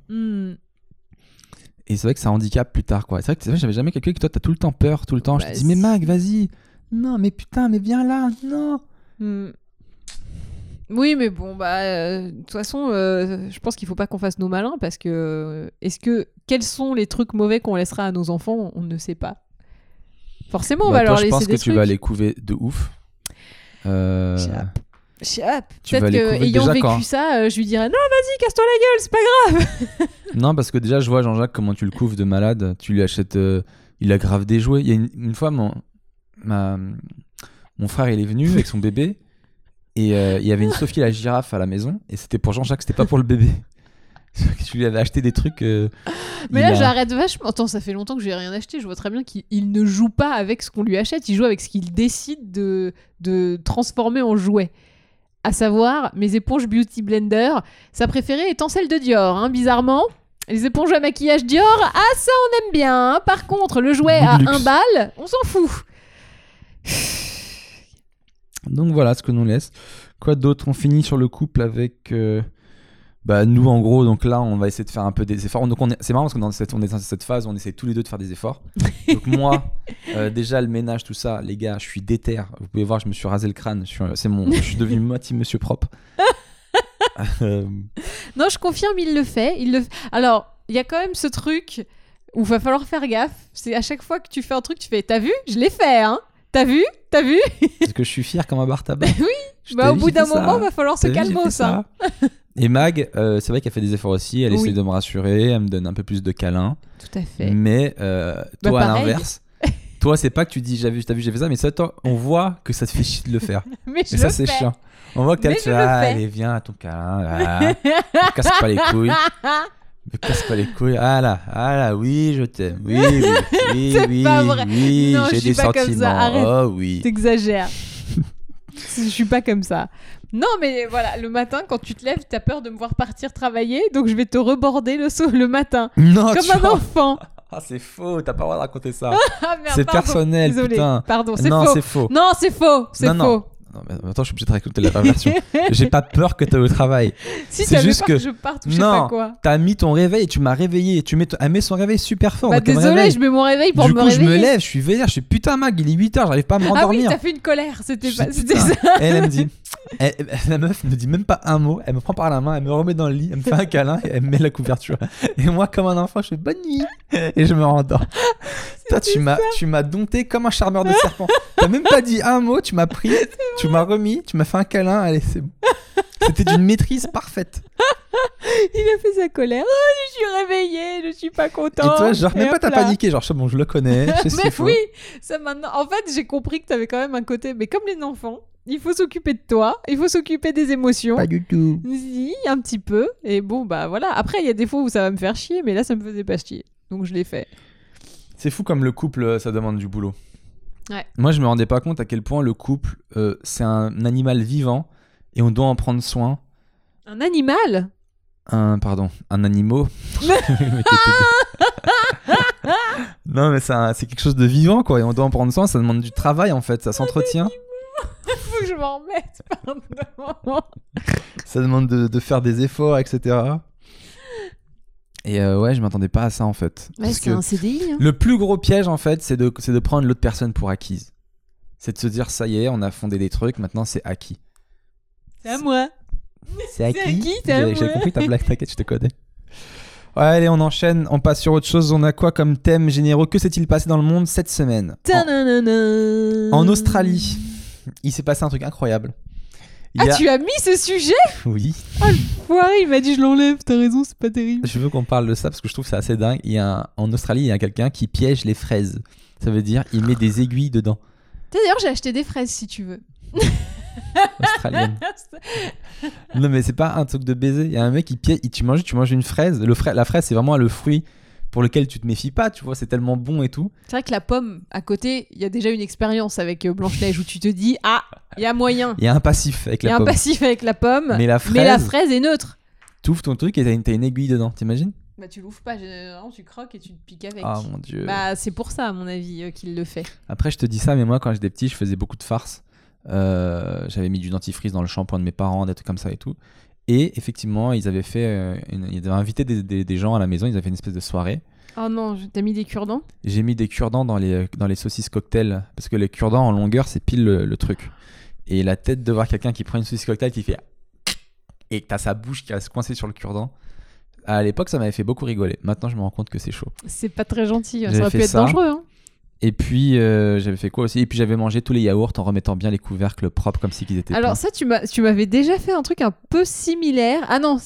Et c'est vrai que ça handicape plus tard quoi. C'est vrai que j'avais jamais quelqu'un que toi t'as tout le temps peur, tout le temps. Je te dis mais Mag, vas-y. Non mais putain, mais viens là, non. Oui, mais bon, de toute façon, je pense qu'il faut pas qu'on fasse nos malins parce que quels sont les trucs mauvais qu'on laissera à nos enfants, on ne sait pas. Forcément, on va leur laisser des trucs. Je pense que tu vas les couver de ouf. Peut-être qu'ayant vécu ça, je lui dirais non, vas-y, casse-toi la gueule, c'est pas grave. Non, parce que déjà, je vois Jean-Jacques comment tu le couves de malade. Tu lui achètes, il a grave des jouets. Il y a une fois, mon frère il est venu avec son bébé. Et il y avait une Sophie la girafe à la maison et c'était pour Jean-Jacques, c'était pas pour le bébé. Je lui avais acheté des trucs. Mais là, j'arrête vachement. Attends, ça fait longtemps que je n'ai rien acheté. Je vois très bien qu'il ne joue pas avec ce qu'on lui achète. Il joue avec ce qu'il décide de transformer en jouet. À savoir, mes éponges Beauty Blender. Sa préférée étant celle de Dior, hein, bizarrement. Les éponges à maquillage Dior, ça on aime bien. Hein. Par contre, le jouet à 1 balle, on s'en fout. Donc voilà ce que nous laisse. Quoi d'autre ? On finit sur le couple avec nous en gros. Donc là on va essayer de faire un peu des efforts. Donc c'est marrant parce qu'on est dans cette phase où on essaie tous les deux de faire des efforts. Donc moi déjà le ménage tout ça, les gars, je suis déter. Vous pouvez voir, je me suis rasé le crâne. Je suis devenu moitié monsieur propre. Non, je confirme, il le fait. Alors il y a quand même ce truc où il va falloir faire gaffe. C'est à chaque fois que tu fais un truc, tu fais t'as vu ? Je l'ai fait, hein. T'as vu ? Parce que je suis fier comme un bar tabac. Oui, au bout d'un moment, il va falloir se calmer ça. Et Mag, c'est vrai qu'elle fait des efforts aussi. Elle essaie de me rassurer, elle me donne un peu plus de câlins. Tout à fait. Mais toi, à l'inverse, toi, c'est pas que tu dis t'as vu, j'ai fait ça, mais ça, toi, on voit que ça te fait chier de le faire. mais ça, c'est chiant. On voit que t'es là, allez, viens à ton câlin. Ne casse pas les couilles. Me casse pas les couilles. Ah là, oui, je t'aime. Oui, c'est pas vrai. Oui, non, j'ai des sentiments. Comme ça. Arrête. Oh oui. T'exagères. Je suis pas comme ça. Non, mais voilà, le matin, quand tu te lèves, t'as peur de me voir partir travailler, donc je vais te reborder le matin. Non, comme un enfant. Ah, c'est faux, t'as pas le droit de raconter ça. Ah, merde, c'est personnel, désolé. Putain. Pardon, c'est non, faux. C'est faux. Non, c'est faux. C'est faux. Non. Non, mais attends, je suis obligé de raconter la version. J'ai pas peur que t'ailles au travail. Si c'est juste que je parte ou je sais pas quoi. T'as mis ton réveil et tu m'as réveillé. Elle met son réveil super fort. Désolé, je mets mon réveil pour me réveiller. Du coup, je me lève, je suis vénère, je suis putain Mag, il est 8h, j'arrive pas à m'endormir. Ah oui, t'as fait une colère, c'était ça. Elle me dit, la meuf me dit même pas un mot, elle me prend par la main, elle me remet dans le lit, elle me fait un câlin et elle me met la couverture. Et moi, comme un enfant, je fais bonne nuit et je me rendors. Toi, tu m'as dompté comme un charmeur de serpent. T'as même pas dit un mot, tu m'as pris, tu m'as remis, tu m'as fait un câlin, allez, c'est bon. C'était d'une maîtrise parfaite. Il a fait sa colère. Oh, je suis réveillée, je suis pas content. Et toi, genre, même pas t'as paniqué, genre, bon, je le connais, je sais ce qu'il faut. Oui, ça maintenant. En fait, j'ai compris que t'avais quand même un côté, mais comme les enfants, il faut s'occuper de toi, il faut s'occuper des émotions. Pas du tout. Si, un petit peu. Et bon, voilà. Après, il y a des fois où ça va me faire chier, mais là, ça me faisait pas chier. Donc, je l'ai fait. C'est fou comme le couple, ça demande du boulot. Ouais. Moi, je me rendais pas compte à quel point le couple, c'est un animal vivant et on doit en prendre soin. Un animal ? Un animal. Non, mais c'est quelque chose de vivant, quoi. Et on doit en prendre soin. Ça demande du travail, en fait. Ça s'entretient. Faut que je m'en remette. Pardon. Ça demande de faire des efforts, etc. Et je m'attendais pas à ça, en fait. Ouais, c'est un CDI. Hein. Le plus gros piège, en fait, c'est de prendre l'autre personne pour acquise. C'est de se dire, ça y est, on a fondé des trucs, maintenant c'est acquis. C'est à moi. C'est acquis. J'ai compris ta blague, t'inquiète, je te connais. Ouais, allez, on enchaîne, on passe sur autre chose. On a quoi comme thème généraux ? Que s'est-il passé dans le monde cette semaine ? En Australie, il s'est passé un truc incroyable. Tu as mis ce sujet ? Oui. Oh le foiré, il m'a dit je l'enlève, t'as raison, c'est pas terrible. Je veux qu'on parle de ça parce que je trouve que c'est assez dingue. En Australie, il y a quelqu'un qui piège les fraises. Ça veut dire il met des aiguilles dedans. D'ailleurs, j'ai acheté des fraises si tu veux. Australienne. Non mais c'est pas un truc de baiser. Il y a un mec qui piège. Tu manges une fraise. La fraise c'est vraiment le fruit pour lequel tu te méfies pas, tu vois, c'est tellement bon et tout. C'est vrai que la pomme, à côté, il y a déjà une expérience avec Blanche-Neige où tu te dis, ah, il y a moyen. Il y a un passif avec Il y la a un pomme. passif avec la pomme, Mais la fraise fraise, est neutre. t'ouvres ton truc et t'as une aiguille dedans, t'imagines? Bah tu l'ouvres pas, généralement tu croques et tu te piques avec. Ah mon dieu. Bah c'est pour ça à mon avis qu'il le fait. Après, je te dis ça, mais moi, quand j'étais petit, je faisais beaucoup de farces. J'avais mis du dentifrice dans le shampoing de mes parents, des trucs comme ça et tout. Et effectivement, ils avaient fait, ils avaient invité des gens à la maison. Ils avaient fait une espèce de soirée. Oh non, t'as mis des cure-dents? J'ai mis des cure-dents dans les saucisses cocktail parce que les cure-dents en longueur, c'est pile le truc. Et la tête de voir quelqu'un qui prend une saucisse cocktail qui fait et que t'as sa bouche qui reste coincée sur le cure-dent. À l'époque, ça m'avait fait beaucoup rigoler. Maintenant, je me rends compte que c'est chaud. C'est pas très gentil. J'avais Ça aurait pu fait être ça. dangereux. Hein. Et puis, j'avais fait quoi aussi? Et puis, j'avais mangé tous les yaourts en remettant bien les couvercles propres comme si qu'ils étaient Alors pleins. ça, tu m'avais déjà fait un truc un peu similaire. Ah non,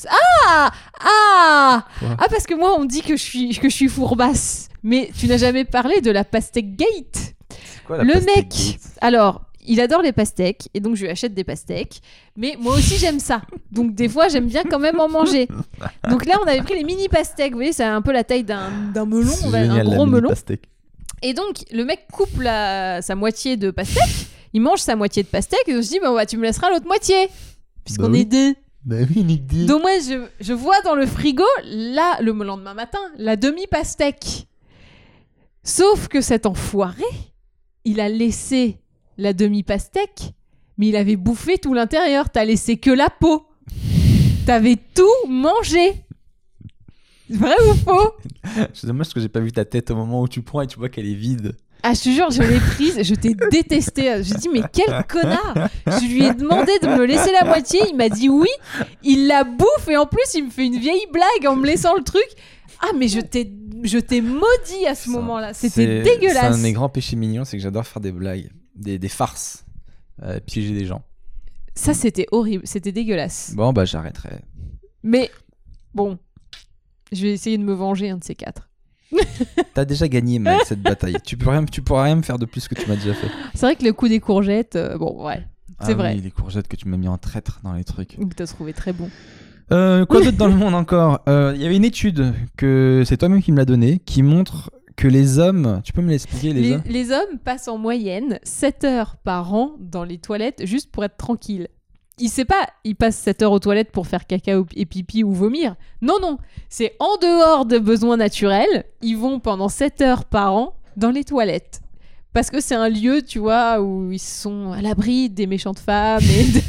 Quoi parce que moi on me dit que je suis fourbasse. Mais tu n'as jamais parlé de la pastèque gate. C'est quoi, la Le pastèque mec, gate alors, il adore les pastèques et donc je lui achète des pastèques. Mais moi aussi j'aime ça. Donc des fois j'aime bien quand même en manger. Donc là on avait pris les mini pastèques. Vous voyez, c'est un peu la taille d'un melon, C'est un génial, la gros mini melon. pastèque. Et donc le mec coupe sa moitié de pastèque. Il mange sa moitié de pastèque et je me dis bah, tu me laisseras l'autre moitié. Puisqu'on Bah oui. est deux. Bah oui, Nick D. Donc moi je vois dans le frigo là le lendemain matin la demi-pastèque. Sauf que cet enfoiré, il a laissé la demi-pastèque, mais il avait bouffé tout l'intérieur. T'as laissé que la peau. T'avais tout mangé. Vrai ou faux? C'est dommage que j'ai pas vu ta tête au moment où tu prends et tu vois qu'elle est vide. Ah, je te jure, je l'ai prise, je t'ai détesté. J'ai dit, mais quel connard! Je lui ai demandé de me laisser la moitié, il m'a dit oui, il la bouffe et en plus, il me fait une vieille blague en me laissant le truc. Ah, mais je t'ai maudit à ce moment-là, c'était C'est dégueulasse. un de mes grands péchés mignons, c'est que j'adore faire des blagues, des farces, piéger des gens. Ça, c'était horrible, c'était dégueulasse. Bon, bah j'arrêterai. Mais bon, je vais essayer de me venger un de ces quatre. T'as déjà gagné, mec, cette bataille. Tu pourras rien me faire de plus que tu m'as déjà fait. C'est vrai que le coup des courgettes, bon, ouais, c'est vrai. Oui, les courgettes que tu m'as mis en traître dans les trucs. Que t'as trouvé très bon. Quoi d'autre dans le monde encore? Il y avait une étude que c'est toi-même qui me l'a donnée qui montre que les hommes, tu peux me l'expliquer, Les hommes passent en moyenne 7 heures par an dans les toilettes juste pour être tranquilles. Ils passent 7 heures aux toilettes pour faire caca et pipi ou vomir. Non, c'est en dehors de besoins naturels. Ils vont pendant 7 heures par an dans les toilettes. Parce que c'est un lieu, tu vois, où ils sont à l'abri des méchantes femmes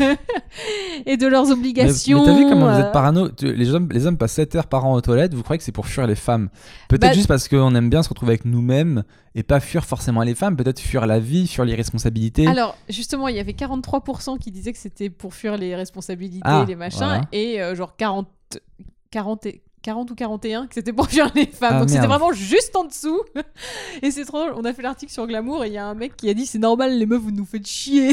et de leurs obligations. Mais t'as vu comment vous êtes parano? Les hommes passent 7 heures par an aux toilettes, vous croyez que c'est pour fuir les femmes? Peut-être juste parce qu'on aime bien se retrouver avec nous-mêmes et pas fuir forcément les femmes, peut-être fuir la vie, fuir les responsabilités. Alors, justement, il y avait 43% qui disaient que c'était pour fuir les responsabilités, les machins, voilà. et genre 40 ou 41 que c'était pour fuir les femmes. Ah, donc c'était merde. vraiment juste en dessous. Et c'est trop drôle. On a fait l'article sur Glamour et il y a un mec qui a dit c'est normal, les meufs, vous nous faites chier.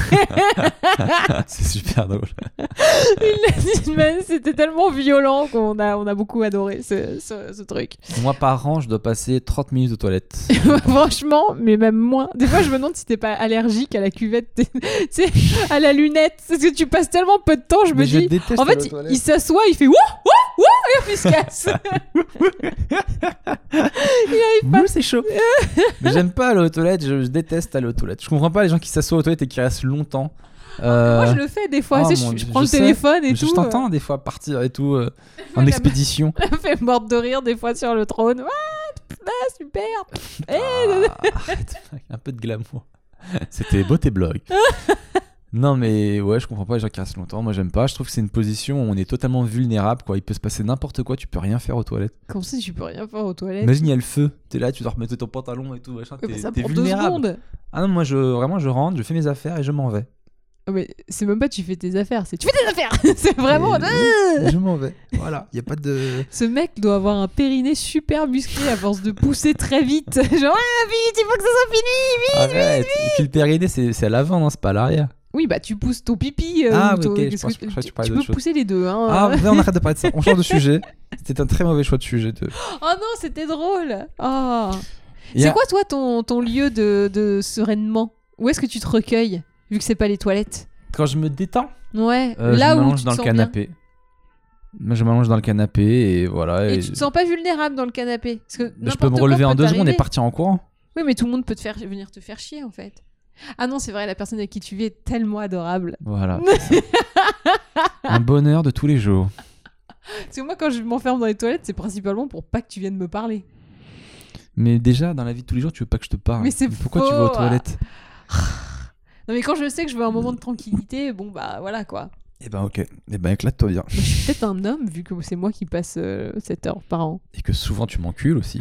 C'est super drôle. Il l'a dit, mais c'était tellement violent qu'on a beaucoup adoré ce truc. Moi, par an, je dois passer 30 minutes aux toilettes. Franchement, mais même moins. Des fois, je me demande si t'es pas allergique à la cuvette, tu sais, à la lunette. Parce que tu passes tellement peu de temps, je me Mais je dis. déteste En aller fait, aux toilettes. il s'assoit, il fait wouh, et puis il se casse. Ouh, c'est chaud. Mais j'aime pas aller aux toilettes, je déteste aller aux toilettes. Je comprends pas les gens qui s'assoient aux toilettes et qui restent longtemps. Moi, je le fais des fois. oh Tu sais, mon je Dieu, prends le sais. téléphone et Je tout. t'entends des fois partir et tout en la- expédition. Elle fait morte de rire des fois sur le trône. Ah, super. Arrête, un peu de glamour. C'était beau tes blogs. Non mais ouais, je comprends pas les gens qui restent longtemps. Moi j'aime pas. Je trouve que c'est une position où on est totalement vulnérable, quoi. Il peut se passer n'importe quoi, tu peux rien faire aux toilettes. Comme ça, tu peux rien faire aux toilettes. Imagine il y a le feu, t'es là, tu dois remettre ton pantalon et tout, machin. Ouais, bah, ça T'es prend 2 vulnérable. secondes. Ah non, moi je rentre, je fais mes affaires et je m'en vais. Ah, mais c'est même pas tu fais tes affaires, c'est tu fais tes affaires. C'est vraiment. Et je m'en vais. Voilà, y a pas de. Ce mec doit avoir un périnée super musclé à force de pousser très vite. Genre, vite, il faut que ça soit fini. Arrête. Et puis le périnée, c'est à l'avant, non, c'est pas à l'arrière. Oui, bah tu pousses ton pipi. Ah, ou ton- ok, je qu'est-ce pense que- que tu parlais tu d'autre peux chose. pousser les deux. Hein. Ah, ouais, on arrête de parler de ça. On change de sujet. C'était un très mauvais choix de sujet. Oh non, c'était drôle. Oh. Il y C'est a- quoi, toi, ton lieu de sereinement? Où est-ce que tu te recueilles, vu que c'est pas les toilettes? Quand je me détends, Ouais, je là où m'allonge tu dans te le sens canapé. Moi, je m'allonge dans le canapé et voilà. Et tu te sens pas vulnérable dans le canapé. Parce que je peux me relever en 2 secondes et partir en courant. Oui, mais tout le monde peut venir te faire chier en fait. Ah non, c'est vrai, la personne avec qui tu vis est tellement adorable. Voilà. Un bonheur de tous les jours. Parce que moi, quand je m'enferme dans les toilettes, c'est principalement pour pas que tu viennes me parler. Mais déjà, dans la vie de tous les jours, tu veux pas que je te parle. Mais c'est pourquoi faux, tu vas aux toilettes? Non, mais quand je sais que je veux un moment de tranquillité, bon bah voilà quoi. Eh ben ok. Eh ben éclate-toi bien. Je suis peut-être un homme vu que c'est moi qui passe 7 heures par an. Et que souvent tu m'encules aussi.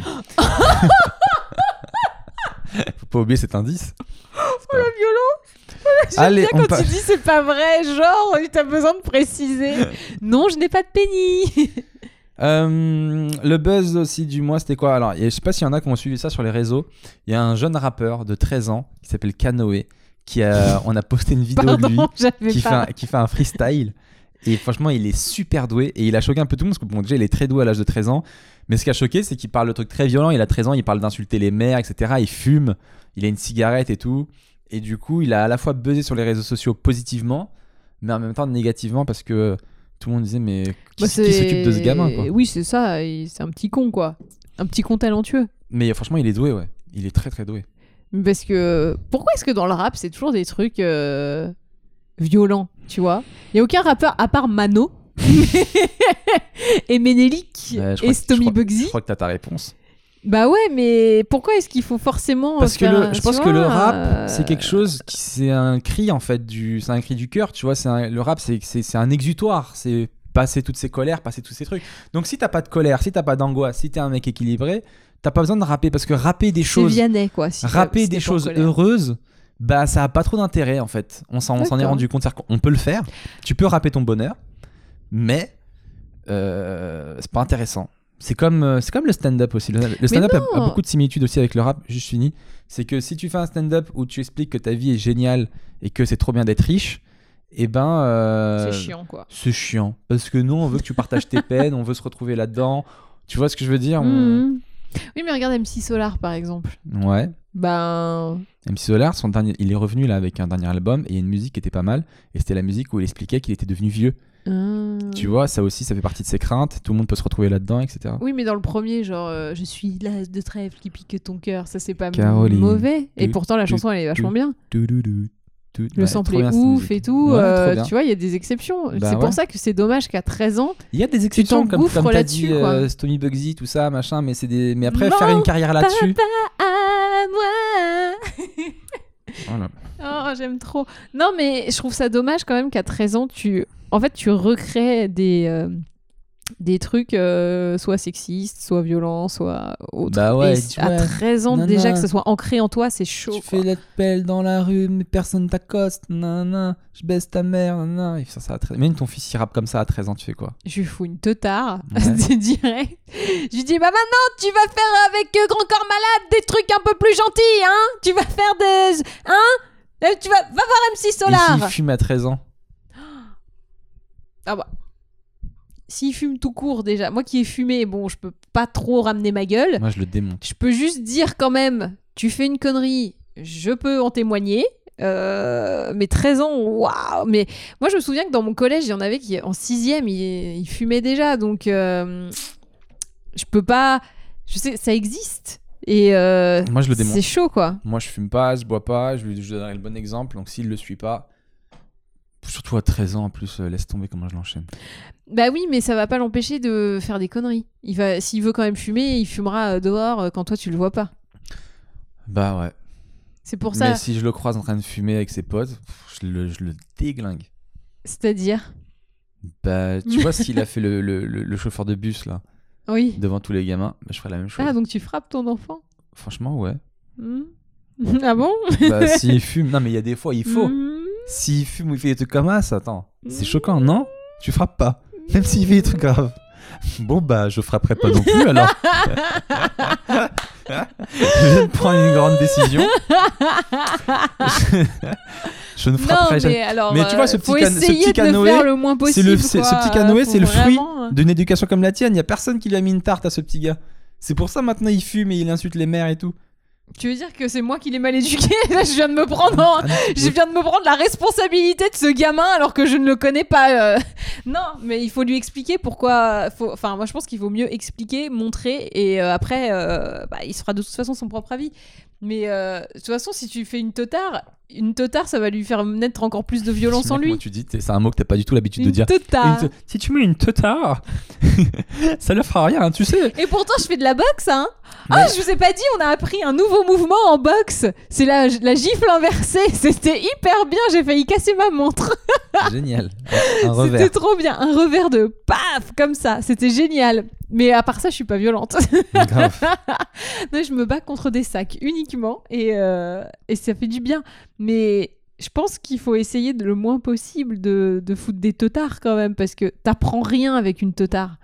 Faut pas oublier cet indice. Oh la violence. J'aime Allez, bien quand tu dis c'est pas vrai, genre t'as besoin de préciser. Non, je n'ai pas de pénis. Le buzz aussi du mois, c'était quoi? Alors, je sais pas s'il y en a qui ont suivi ça sur les réseaux. Il y a un jeune rappeur de 13 ans qui s'appelle Kanoé. On a posté une vidéo de lui qui fait un freestyle. Et franchement, il est super doué. Et il a choqué un peu tout le monde parce que bon, déjà, il est très doué à l'âge de 13 ans. Mais ce qui a choqué, c'est qu'il parle de trucs très violents. Il a 13 ans, il parle d'insulter les mères, etc. Il fume, il a une cigarette et tout. Et du coup, il a à la fois buzzé sur les réseaux sociaux positivement, mais en même temps négativement parce que tout le monde disait mais qui s'occupe de ce gamin quoi. Oui, c'est ça, c'est un petit con quoi. Un petit con talentueux. Mais franchement, il est doué, ouais. Il est très très doué. Parce que pourquoi est-ce que dans le rap, c'est toujours des trucs violents, tu vois? Il y a aucun rappeur à part Mano et Ménélique et Stomy Bugsy. Je crois que t'as ta réponse. Bah ouais, mais pourquoi est-ce qu'il faut forcément Parce que je pense que le rap, c'est quelque chose c'est un cri en fait c'est un cri du cœur, tu vois, le rap c'est un exutoire, c'est passer toutes ces colères, passer tous ces trucs. Donc si t'as pas de colère, si t'as pas d'angoisse, si t'es un mec équilibré, t'as pas besoin de rapper parce que rapper des choses Vianney, quoi, rapper des choses heureuses, bah ça a pas trop d'intérêt en fait. On s'en est rendu compte, on peut le faire. Tu peux rapper ton bonheur, mais c'est pas intéressant. C'est comme le stand-up aussi. Le stand-up a beaucoup de similitudes aussi avec le rap. Juste fini. C'est que si tu fais un stand-up où tu expliques que ta vie est géniale et que c'est trop bien d'être riche, et ben c'est chiant quoi. C'est chiant parce que nous on veut que tu partages tes peines, on veut se retrouver là-dedans. Tu vois ce que je veux dire? Oui, mais regarde MC Solar par exemple. Ouais. Ben MC Solar, il est revenu là avec un dernier album et il y a une musique qui était pas mal et c'était la musique où il expliquait qu'il était devenu vieux. Tu vois, ça aussi, ça fait partie de ses craintes. Tout le monde peut se retrouver là-dedans, etc. Oui, mais dans le premier, genre, je suis l'as de trèfle qui pique ton cœur, ça c'est pas Caroline. Mauvais. Et pourtant, la chanson elle est vachement bien. Le sample est ouf et tout. Tu vois, il y a des exceptions. Bah c'est pour ça que c'est dommage qu'à 13 ans. Il y a des exceptions comme t'as dit, Stomy Bugsy, tout ça, machin, mais mais après, faire une carrière là-dessus. Papa à moi. Voilà. Oh, j'aime trop. Non, mais je trouve ça dommage quand même qu'à 13 ans, tu recrées des trucs soit sexistes, soit violents, soit autres. Bah ouais, et à 13 ans, déjà que ça soit ancré en toi, c'est chaud. Tu fais la pelle dans la rue, mais personne t'accoste. Je baisse ta mère. Et ça à 13... Même ton fils, il rappe comme ça à 13 ans, tu fais quoi? Je lui fous une teutard, direct. Je lui dis, bah maintenant, tu vas faire avec Grand Corps Malade des trucs un peu plus gentils, hein? Tu vas faire des... Hein? Tu vas voir MC Solar. Et s'il fume à 13 ans? Ah bah... S'il fume tout court déjà, moi qui ai fumé, bon, je peux pas trop ramener ma gueule. Moi, je le démonte. Je peux juste dire quand même, tu fais une connerie, je peux en témoigner. Mais 13 ans, waouh! Mais moi, je me souviens que dans mon collège, il y en avait qui, en 6e, ils fumaient déjà. Donc, je peux pas... Je sais, ça existe. Et moi, je le démonte. C'est chaud, quoi. Moi, je fume pas, je bois pas, je donnerai le bon exemple. Donc, s'il le suit pas... Surtout à 13 ans en plus, laisse tomber comment je l'enchaîne. Bah oui, mais ça va pas l'empêcher de faire des conneries. S'il veut quand même fumer, il fumera dehors quand toi tu le vois pas. Bah ouais. C'est pour ça. Mais si je le croise en train de fumer avec ses potes, je le déglingue. C'est-à-dire? Bah tu vois s'il a fait le chauffeur de bus là. Oui. Devant tous les gamins, bah, je ferais la même chose. Ah donc tu frappes ton enfant? Franchement ouais. Ah bon? Bah s'il fume, non mais il y a des fois il faut. S'il fume ou il fait des trucs comme ça, attends, c'est choquant, non? Tu frappes pas, même s'il fait des trucs graves. Bon bah, je frapperai pas non plus alors. Je viens de prendre une grande décision. Je ne frapperai jamais. Mais tu vois, ce petit canoë, ce petit canoë, c'est le fruit d'une éducation comme la tienne. Il y a personne qui lui a mis une tarte à ce petit gars. C'est pour ça maintenant il fume et il insulte les mères et tout. Tu veux dire que c'est moi qui l'ai mal éduqué? Là, je viens de me prendre la responsabilité de ce gamin alors que je ne le connais pas. Non, mais il faut lui expliquer pourquoi. Enfin, moi, je pense qu'il vaut mieux expliquer, montrer, et après, il se fera de toute façon son propre avis. Mais de toute façon, si tu fais une teutard, ça va lui faire naître encore plus de violence en lui. Moi, tu dis, c'est un mot que t'as pas du tout l'habitude de dire. Teutard. Si tu mets une teutard, ça ne fera rien, tu sais. Et pourtant, je fais de la boxe, hein. Ah, je vous ai pas dit, on a appris un nouveau mouvement en boxe. C'est la gifle inversée. C'était hyper bien. J'ai failli casser ma montre. Génial. Un revers. C'était trop bien. Un revers de paf, comme ça. C'était génial. Mais à part ça, je suis pas violente. Grave. Non, je me bats contre des sacs uniquement. Et ça fait du bien. Mais je pense qu'il faut essayer le moins possible de foutre des teutards quand même. Parce que t'apprends rien avec une teutard.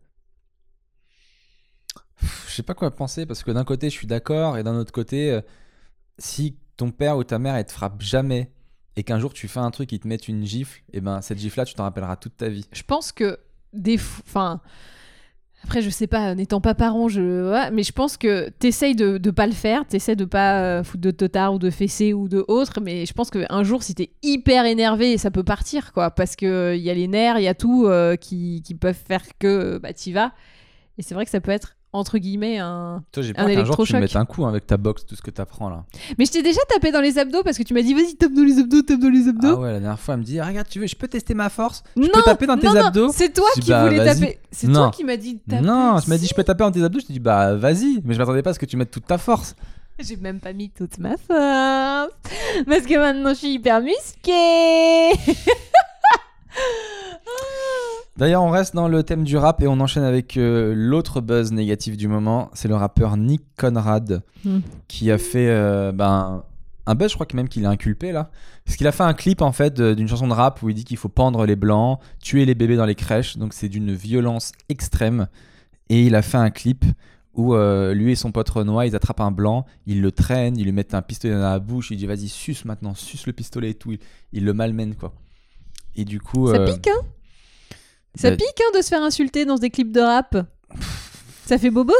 Je sais pas quoi penser parce que d'un côté je suis d'accord et d'un autre côté si ton père ou ta mère elle te frappe jamais et qu'un jour tu fais un truc, ils te mettent une gifle, et ben cette gifle là tu t'en rappelleras toute ta vie. Je pense que après je sais pas, n'étant pas parent, mais je pense que t'essayes de pas le faire, t'essayes de pas foutre de teutard ou de fessée ou de autre, mais je pense qu'un jour si t'es hyper énervé ça peut partir quoi, parce que y a les nerfs, il y a tout qui peuvent faire que t'y vas, et c'est vrai que ça peut être entre guillemets Toi, j'ai peur qu'un jour tu me mettes un coup avec ta boxe, tout ce que t'apprends là. Mais je t'ai déjà tapé dans les abdos parce que tu m'as dit vas-y tape dans les abdos. Ah ouais, la dernière fois elle me dit regarde, tu veux, je peux tester ma force, je peux taper dans tes abdos. Non, c'est toi qui voulais taper. C'est toi qui m'as dit de taper. Non, tu m'as dit je peux taper dans tes abdos, je t'ai dit bah vas-y, mais je m'attendais pas à ce que tu mettes toute ta force. J'ai même pas mis toute ma force parce que maintenant je suis hyper musquée. D'ailleurs, on reste dans le thème du rap et on enchaîne avec l'autre buzz négatif du moment. C'est le rappeur Nick Conrad qui a fait un buzz, je crois que même qu'il est inculpé là. Parce qu'il a fait un clip en fait d'une chanson de rap où il dit qu'il faut pendre les blancs, tuer les bébés dans les crèches. Donc c'est d'une violence extrême. Et il a fait un clip où lui et son pote Renoir, ils attrapent un blanc, ils le traînent, ils lui mettent un pistolet dans la bouche, il dit vas-y suce maintenant, suce le pistolet et tout. Il le malmène quoi. Et du coup... Ça pique hein. Ça pique hein, de se faire insulter dans des clips de rap. Ça fait bobo.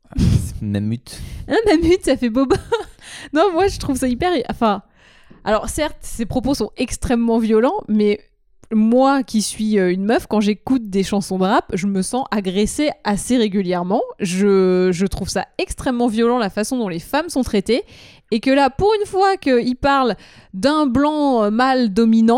Mammut. Mammut, ça fait bobo. Non, moi je trouve ça hyper... Enfin, alors certes, ses propos sont extrêmement violents, mais moi qui suis une meuf, quand j'écoute des chansons de rap, je me sens agressée assez régulièrement. Je trouve ça extrêmement violent la façon dont les femmes sont traitées. Et que là, pour une fois qu'il parle d'un blanc mâle dominant,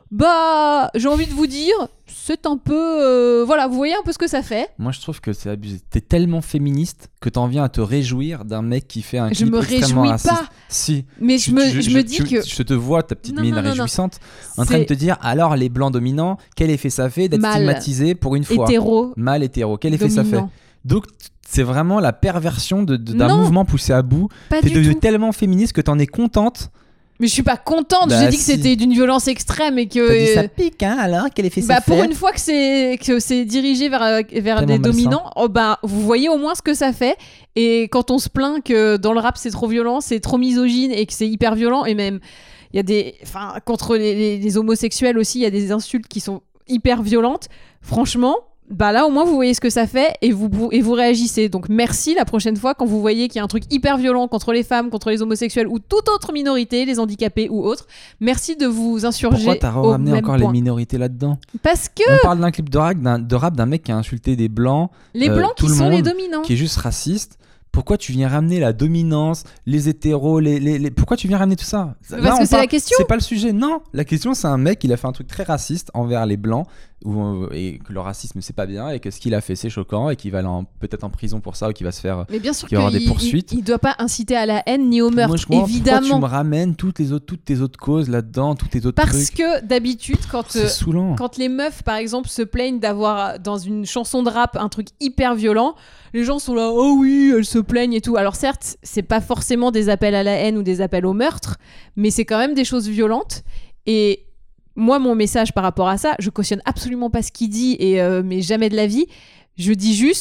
j'ai envie de vous dire, c'est un peu... voilà, vous voyez un peu ce que ça fait. Moi, je trouve que c'est abusé. T'es tellement féministe que t'en viens à te réjouir d'un mec qui fait un clip extrêmement raciste. Je me réjouis pas. Si. Mais je me dis que... Je te vois, ta petite mine réjouissante, en train de te dire, alors les blancs dominants, quel effet ça fait d'être stigmatisé pour une fois. Mâle hétéro. Quel effet ça fait? Donc, c'est vraiment la perversion d'un mouvement poussé à bout. T'es devenue tellement féministe que t'en es contente. Mais je suis pas contente, j'ai dit que c'était d'une violence extrême et que... T'as dit ça pique, hein, alors quel effet ça fait? Pour une fois que c'est dirigé vers des dominants, vous voyez au moins ce que ça fait. Et quand on se plaint que dans le rap c'est trop violent, c'est trop misogyne et que c'est hyper violent, et même il y a des... Enfin, contre les homosexuels aussi, il y a des insultes qui sont hyper violentes. Franchement... là au moins vous voyez ce que ça fait et vous réagissez. Donc merci la prochaine fois quand vous voyez qu'il y a un truc hyper violent contre les femmes, contre les homosexuels ou toute autre minorité, les handicapés ou autres. Merci de vous insurger. Pourquoi t'as ramené encore les minorités là-dedans? Parce que... On parle d'un clip de rap d'un mec qui a insulté des blancs. Les blancs qui sont les dominants. Qui est juste raciste. Pourquoi tu viens ramener la dominance, les hétéros, pourquoi tu viens ramener tout ça? Parce que c'est la question. C'est pas le sujet, non. La question, c'est un mec, il a fait un truc très raciste envers les blancs, et que le racisme, c'est pas bien, et que ce qu'il a fait, c'est choquant, et qu'il va aller peut-être en prison pour ça, ou qu'il va se faire... Mais bien sûr qu'il va y avoir des poursuites. Il doit pas inciter à la haine ni au meurtre, évidemment. Pourquoi tu me ramènes toutes tes autres causes là-dedans, toutes tes autres trucs? Parce que d'habitude, c'est saoulant. Quand les meufs, par exemple, se plaignent d'avoir dans une chanson de rap un truc hyper violent, les gens sont là, oh oui, elles se plaignent et tout. Alors certes, c'est pas forcément des appels à la haine ou des appels au meurtre, mais c'est quand même des choses violentes. Et moi, mon message par rapport à ça, je cautionne absolument pas ce qu'il dit, mais jamais de la vie. Je dis juste,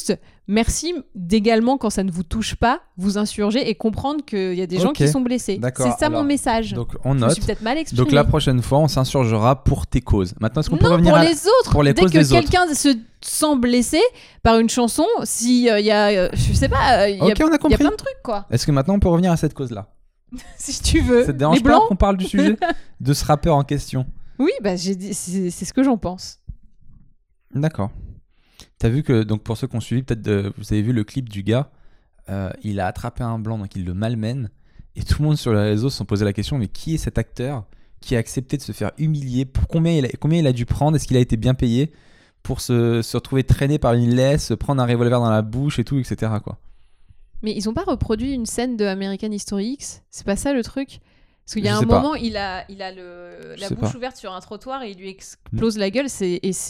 merci d'également, quand ça ne vous touche pas, vous insurger et comprendre qu'il y a des gens qui sont blessés. D'accord. C'est ça mon message. Donc on Je me note. suis peut-être mal exprimée. Donc la prochaine fois, on s'insurgera pour tes causes. Maintenant, est-ce qu'on peut revenir pour à... les autres. pour les Dès causes que des autres. quelqu'un se sent blessé par une chanson, si y a, je sais pas, il y a Ok, on a il y a compris. plein de trucs quoi. Est-ce que maintenant on peut revenir à cette cause-là? Si tu veux. Ça te dérange les pas blancs. qu'on parle du sujet de ce rappeur en question? Oui, bah j'ai dit, c'est ce que j'en pense. D'accord. T'as vu que, donc pour ceux qui ont suivi, vous avez vu le clip du gars, il a attrapé un blanc, donc il le malmène, et tout le monde sur les réseaux se sont posé la question, mais qui est cet acteur qui a accepté de se faire humilier? Pour combien il a dû prendre? Est-ce qu'il a été bien payé pour se retrouver traîné par une laisse, prendre un revolver dans la bouche et tout, etc. quoi. Mais ils ont pas reproduit une scène de American History X? C'est pas ça le truc? Parce qu'il y a Je un sais pas. moment, il a la sais bouche pas. ouverte sur un trottoir et il lui explose la gueule.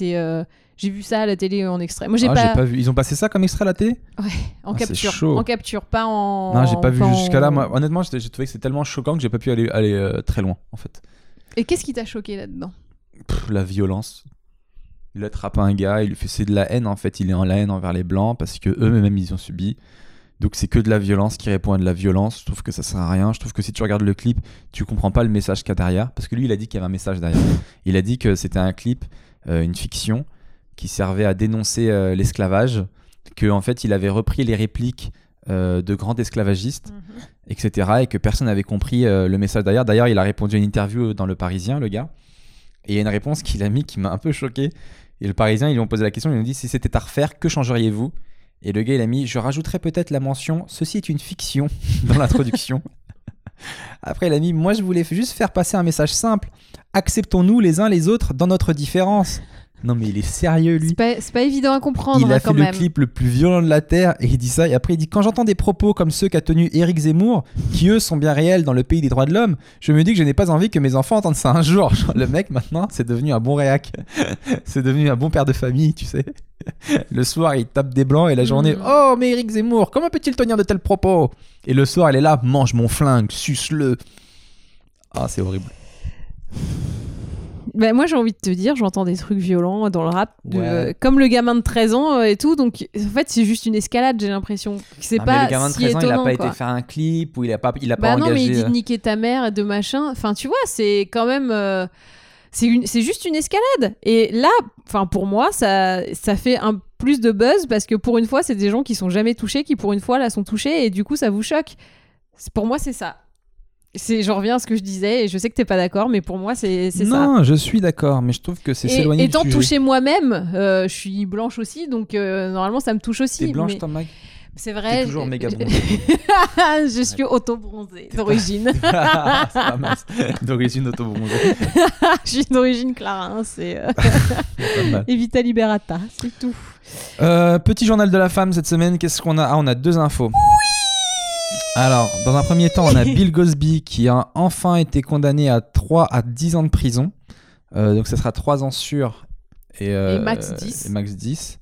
J'ai vu ça à la télé en extrait. Moi, j'ai Ah, pas... j'ai pas vu. Ils ont passé ça comme extrait à la télé? en Ah, c'est capture. chaud. En capture, pas en. Non, j'ai pas vu en- jusqu'à là. Moi, honnêtement, j'ai trouvé que c'était tellement choquant que j'ai pas pu aller très loin, en fait. Et qu'est-ce qui t'a choqué là-dedans? La violence. Il attrape un gars, il lui fait, c'est de la haine en fait, il est en la haine envers les blancs parce que eux-mêmes ils ont subi. Donc c'est que de la violence qui répond à de la violence. Je trouve que ça sert à rien. Je trouve que si tu regardes le clip, tu comprends pas le message qu'il y a derrière. Parce que lui, il a dit qu'il y avait un message derrière. Il a dit que c'était un clip, une fiction, qui servait à dénoncer l'esclavage. Que en fait, il avait repris les répliques de grands esclavagistes, etc. Et que personne n'avait compris le message derrière. D'ailleurs, il a répondu à une interview dans Le Parisien, le gars. Et il y a une réponse qu'il a mis qui m'a un peu choqué. Et Le Parisien, ils lui ont posé la question, ils lui ont dit si c'était à refaire, que changeriez-vous? Et le gars, il a mis je rajouterais peut-être la mention ceci est une fiction dans l'introduction. Après, il a mis moi, je voulais juste faire passer un message simple. Acceptons-nous les uns les autres dans notre différence. Non, mais il est sérieux, lui. C'est pas évident à comprendre Il a quand fait même. le clip le plus violent de la Terre et il dit ça. Et après, il dit quand j'entends des propos comme ceux qu'a tenus Éric Zemmour, qui eux sont bien réels dans le pays des droits de l'homme, je me dis que je n'ai pas envie que mes enfants entendent ça un jour. Le mec, maintenant, c'est devenu un bon réac. C'est devenu un bon père de famille, tu sais. Le soir, il tape des blancs et la journée, oh, mais Éric Zemmour, comment peut-il tenir de tels propos? Et le soir, elle est là, mange mon flingue, suce-le. Ah, c'est horrible. Ben, moi j'ai envie de te dire, j'entends des trucs violents dans le rap, Ouais. comme le gamin de 13 ans et tout, donc en fait c'est juste une escalade, j'ai l'impression. C'est Ah, pas mais le gamin de si 13 ans, il étonnant, a pas quoi. été faire un clip ou il a pas Bah non, mais engagé. il dit de niquer ta mère et de machin. Enfin, tu vois, c'est quand même. C'est juste une escalade. Et là, enfin, pour moi, ça fait un plus de buzz parce que pour une fois, c'est des gens qui sont jamais touchés, qui pour une fois là sont touchés et du coup, ça vous choque. Pour moi, c'est ça. Je reviens à ce que je disais et je sais que t'es pas d'accord, mais pour moi, c'est ça. Non, je suis d'accord, mais je trouve que c'est s'éloigner du Étant sujet. touchée moi-même, je suis blanche aussi, donc normalement, ça me touche aussi. T'es blanche, mais... toi, Mag? C'est vrai. T'es toujours méga bronzée. Je suis auto-bronzée d'origine. c'est pas mal. D'origine auto-bronzée. Je suis d'origine Clara, c'est Pas mal. Evita Liberata, c'est tout. Petit journal de la femme cette semaine, qu'est-ce qu'on a? Ah, on a 2 infos. Alors, dans un premier temps, on a Bill Cosby qui a enfin été condamné à 3 à 10 ans de prison. Donc ça sera 3 ans sûrs et max 10. et max 10.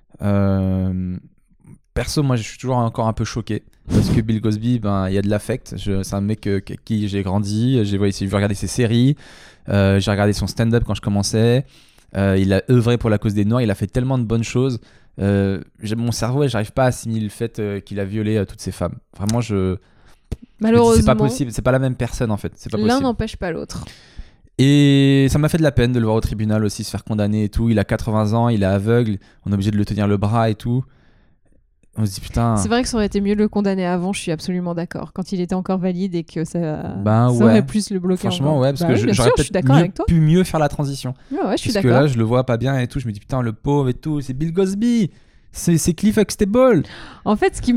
Perso, moi je suis toujours encore un peu choqué parce que Bill Cosby, ben, il y a de l'affect. C'est un mec avec qui j'ai grandi. J'ai regardé ses séries, j'ai regardé son stand-up quand je commençais. Il a œuvré pour la cause des Noirs, il a fait tellement de bonnes choses. Mon cerveau, j'arrive pas à assimiler le fait qu'il a violé toutes ces femmes. Vraiment, Malheureusement, c'est pas possible, c'est pas la même personne en fait. C'est pas l'un possible. n'empêche pas l'autre. Et ça m'a fait de la peine de le voir au tribunal aussi se faire condamner et tout. Il a 80 ans, il est aveugle, on est obligé de le tenir le bras et tout. On se dit putain. C'est vrai que ça aurait été mieux de le condamner avant, je suis absolument d'accord. Quand il était encore valide et que ça Ben ouais. aurait plus le bloquer. Franchement, encore. ouais, parce Bah que oui, bien j'aurais sûr, je suis peut-être d'accord avec toi. pu mieux faire la transition. Ouais, je suis Parce que d'accord. là, je le vois pas bien et tout. Je me dis putain, le pauvre et tout. C'est Bill Cosby. C'est Cliff Huxtable. En fait, ce qui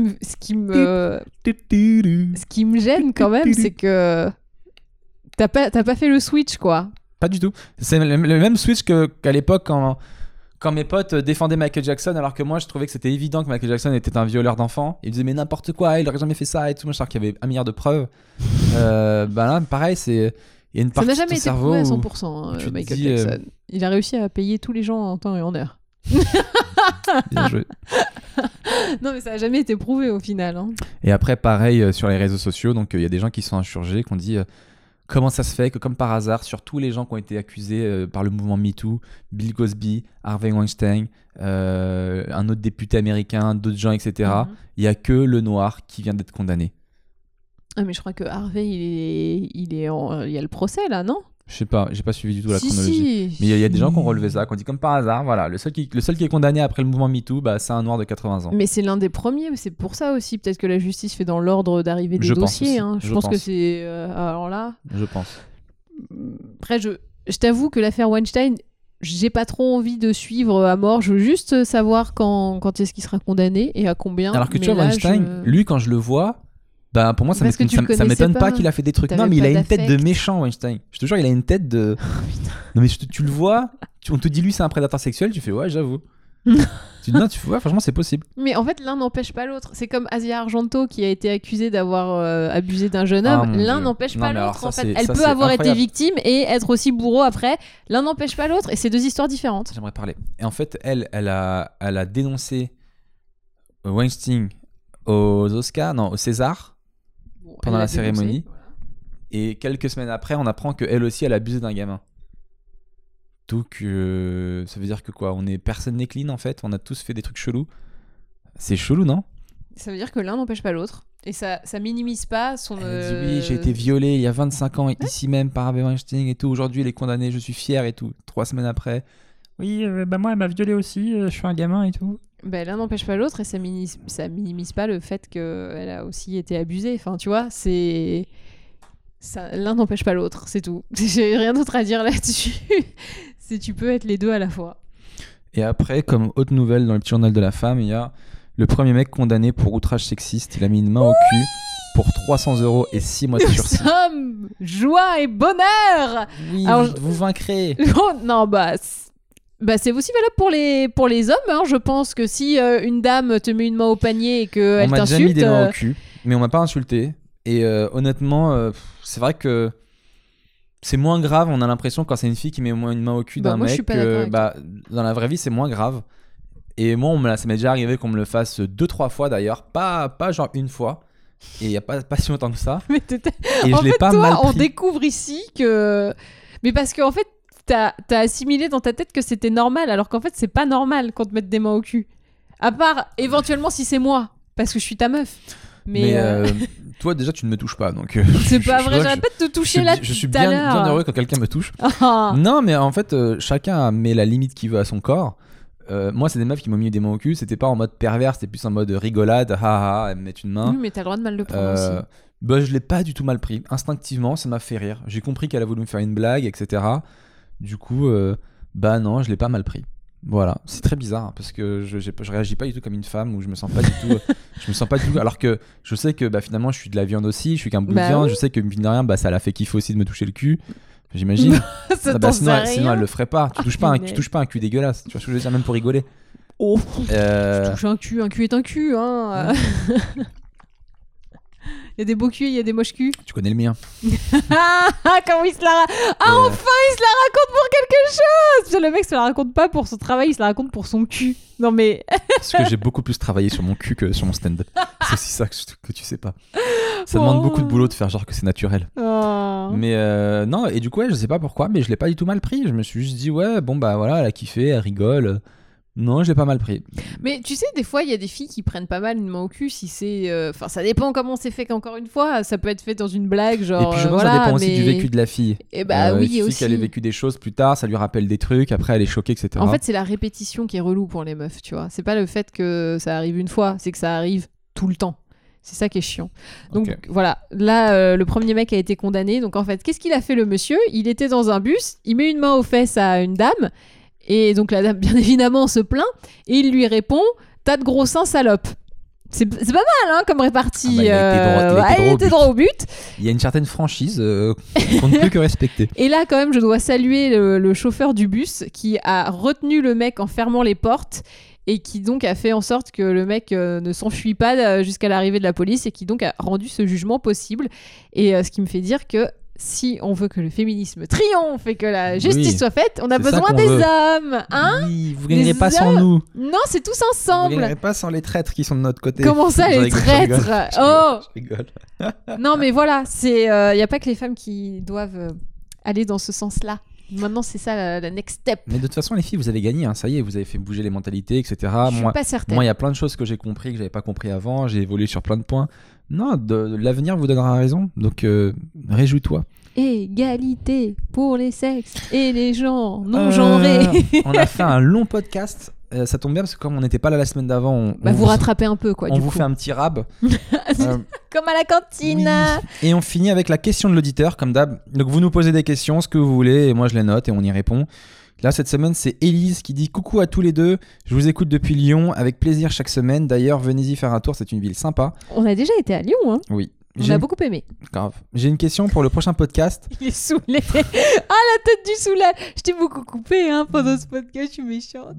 me gêne quand même, c'est que t'as pas fait le switch, quoi. Pas du tout. C'est le même switch qu'à l'époque quand mes potes défendaient Michael Jackson, alors que moi je trouvais que c'était évident que Michael Jackson était un violeur d'enfants. Ils disaient mais n'importe quoi, il aurait jamais fait ça et tout. Moi je savais qu'il y avait 1 milliard de preuves. Bah là, pareil, il y a une Ça partie n'a de jamais ton été cerveau prouvé à où 100%, tu te Michael dis, Jackson. Il a réussi à payer tous les gens en temps et en heure. bien joué. Non, mais ça n'a jamais été prouvé au final. Hein. Et après, pareil sur les réseaux sociaux, donc il y a des gens qui sont insurgés, qui ont dit comment ça se fait que, comme par hasard, sur tous les gens qui ont été accusés par le mouvement MeToo, Bill Cosby, Harvey Weinstein, un autre député américain, d'autres gens, etc., il n'y a que le noir qui vient d'être condamné. Ah, mais je crois que Harvey, il y a le procès, là, non? Je sais pas, j'ai pas suivi du tout la chronologie. Mais il y a des gens qui ont relevé ça, qui ont dit comme par hasard, voilà, le seul qui est condamné après le mouvement MeToo, bah, c'est un noir de 80 ans. Mais c'est l'un des premiers, c'est pour ça aussi, peut-être que la justice fait dans l'ordre d'arrivée des dossiers. Je pense que c'est... alors là... Je pense. Après, je t'avoue que l'affaire Weinstein, j'ai pas trop envie de suivre à mort. Je veux juste savoir quand est-ce qu'il sera condamné et à combien. Alors que tu vois, Weinstein, lui, quand je le vois... Bah, pour moi, ça m'étonne pas qu'il a fait des trucs. Non, mais il a une tête de méchant, Weinstein. Je te jure, il a une tête de. Non, mais tu le vois, on te dit lui, c'est un prédateur sexuel, tu fais ouais, j'avoue. Tu dis non, tu fais ouais, franchement, c'est possible. Mais en fait, l'un n'empêche pas l'autre. C'est comme Asia Argento qui a été accusée d'avoir abusé d'un jeune homme. L'un n'empêche pas l'autre. En fait, elle peut avoir été victime et être aussi bourreau après. L'un n'empêche pas l'autre et c'est deux histoires différentes. J'aimerais parler. Et en fait, elle a dénoncé Weinstein aux Oscars, non, au César. Pendant la cérémonie. Voilà. Et quelques semaines après, on apprend qu'elle aussi, elle a abusé d'un gamin. Donc, ça veut dire que quoi, personne n'est clean en fait. On a tous fait des trucs chelous. C'est chelou, non? Ça veut dire que l'un n'empêche pas l'autre. Et ça minimise pas son... Elle dit oui, j'ai été violée il y a 25 ans ici même par Harvey Weinstein et tout. Aujourd'hui, elle est condamnée, je suis fière et tout. 3 semaines après. Oui, bah moi, elle m'a violée aussi. Je suis un gamin et tout. Ben, l'un n'empêche pas l'autre et ça minimise pas le fait qu'elle a aussi été abusée. Enfin, tu vois, l'un n'empêche pas l'autre, c'est tout. J'ai rien d'autre à dire là-dessus. Tu peux être les deux à la fois. Et après, comme autre nouvelle dans le petit journal de la femme, il y a le premier mec condamné pour outrage sexiste. Il a mis une main au cul pour 300 € et 6 mois de sursis. Nous sommes joie et bonheur. Oui, alors, vous vaincrez. Non, c'est aussi valable pour les hommes, hein. Je pense que si une dame te met une main au panier et qu'elle t'insulte... On m'a déjà mis des mains au cul, mais on m'a pas insulté. Et honnêtement, c'est vrai que c'est moins grave, on a l'impression, quand c'est une fille qui met une main au cul d'un mec, dans la vraie vie, c'est moins grave. Et moi, ça m'est déjà arrivé qu'on me le fasse 2-3 fois d'ailleurs, pas genre une fois. Et il n'y a pas si longtemps que ça. Mais et je l'ai pas mal pris. On découvre ici que... Mais parce qu'en fait, t'as assimilé dans ta tête que c'était normal, alors qu'en fait c'est pas normal qu'on te mette des mains au cul. À part éventuellement si c'est moi, parce que je suis ta meuf. Mais toi déjà tu ne me touches pas, donc c'est pas vrai, j'arrête pas de te toucher là. Je suis bien heureux quand quelqu'un me touche. Non, mais en fait chacun met la limite qu'il veut à son corps. Moi c'est des meufs qui m'ont mis des mains au cul, c'était pas en mode pervers, c'était plus en mode rigolade, haha, elles me mettent une main. Oui, mais t'as le droit de mal le prendre aussi. Je l'ai pas du tout mal pris, instinctivement ça m'a fait rire. J'ai compris qu'elle a voulu me faire une blague, etc. Du coup, non, je l'ai pas mal pris. Voilà, c'est très bizarre hein, parce que je réagis pas du tout comme une femme, où je me sens pas du tout, alors que je sais que finalement je suis de la viande aussi, je suis qu'un bout de viande, oui. Je sais que mine de rien, ça la fait kiffer aussi de me toucher le cul, j'imagine. Sinon elle le ferait pas. Tu touches pas un cul dégueulasse, tu vois ce que je veux dire, même pour rigoler. Oh, je touche un cul est un cul, hein. Il y a des beaux culs, il y a des moches culs. Tu connais le mien. Comment il se la enfin, il se la raconte pour quelque chose. Parce que le mec se la raconte pas pour son travail, il se la raconte pour son cul. Non mais... Parce que j'ai beaucoup plus travaillé sur mon cul que sur mon stand-up. C'est aussi ça que tu sais pas. Ça demande beaucoup de boulot de faire genre que c'est naturel. Mais non, et du coup, je sais pas pourquoi, mais je l'ai pas du tout mal pris. Je me suis juste dit, ouais, voilà, elle a kiffé, elle rigole. Non, je l'ai pas mal pris. Mais tu sais, des fois, il y a des filles qui prennent pas mal une main au cul si c'est... Enfin, ça dépend comment c'est fait, qu'encore une fois. Ça peut être fait dans une blague, genre... Et puis je pense que ça dépend aussi du vécu de la fille. Et oui, aussi. Aussi qu'elle ait vécu des choses plus tard, ça lui rappelle des trucs, après elle est choquée, etc. En fait, c'est la répétition qui est relou pour les meufs, tu vois. C'est pas le fait que ça arrive une fois, c'est que ça arrive tout le temps. C'est ça qui est chiant. Donc voilà, là, le premier mec a été condamné. Donc en fait, qu'est-ce qu'il a fait le monsieur ? Il était dans un bus, il met une main aux fesses à une dame... Et donc la dame, bien évidemment, se plaint et il lui répond « T'as de gros seins, salope ». C'est pas mal hein, comme répartie. Il était droit au but. Il y a une certaine franchise qu'on ne peut que respecter. Et là, quand même, je dois saluer le chauffeur du bus qui a retenu le mec en fermant les portes et qui donc a fait en sorte que le mec ne s'enfuit pas jusqu'à l'arrivée de la police et qui donc a rendu ce jugement possible. Et ce qui me fait dire que si on veut que le féminisme triomphe et que la justice Oui. soit faite, on a C'est ça besoin qu'on des veut. hommes. Hein? Oui, vous gagnerez Les pas sans nous. Non, c'est tous Vous ensemble. gagnerez pas sans les traîtres qui sont de notre côté. Comment ça, Je les rigole, je rigole, traîtres? je rigole, je rigole. Non, mais voilà, il n'y a pas que les femmes qui doivent aller dans ce sens-là. Maintenant, c'est ça la next step. Mais de toute façon, les filles, vous avez gagné. Hein. Ça y est, vous avez fait bouger les mentalités, etc. Je suis Moi, pas certaine. il y a plein de choses que j'ai compris que j'avais pas compris avant. J'ai évolué sur plein de points. Non, l'avenir vous donnera raison. Donc, réjouis-toi. Égalité pour les sexes et les genres non genrés. On a fait un long podcast. Ça tombe bien parce que comme on n'était pas là la semaine d'avant, on vous rattrapez un peu, quoi. on du vous coup. fait un petit rab. Comme à la cantine. Oui. Et on finit avec la question de l'auditeur, comme d'hab. Donc vous nous posez des questions, ce que vous voulez, et moi je les note et on y répond. Là, cette semaine, c'est Élise qui dit « Coucou à tous les deux, je vous écoute depuis Lyon, avec plaisir chaque semaine. D'ailleurs, venez-y faire un tour, c'est une ville sympa. On a déjà été à Lyon, hein. » Oui. On a beaucoup aimé. Grave. J'ai une question pour le prochain podcast. Il est saoulé. Ah, la tête du soulage. Je t'ai beaucoup coupé hein, pendant ce podcast, je suis méchante.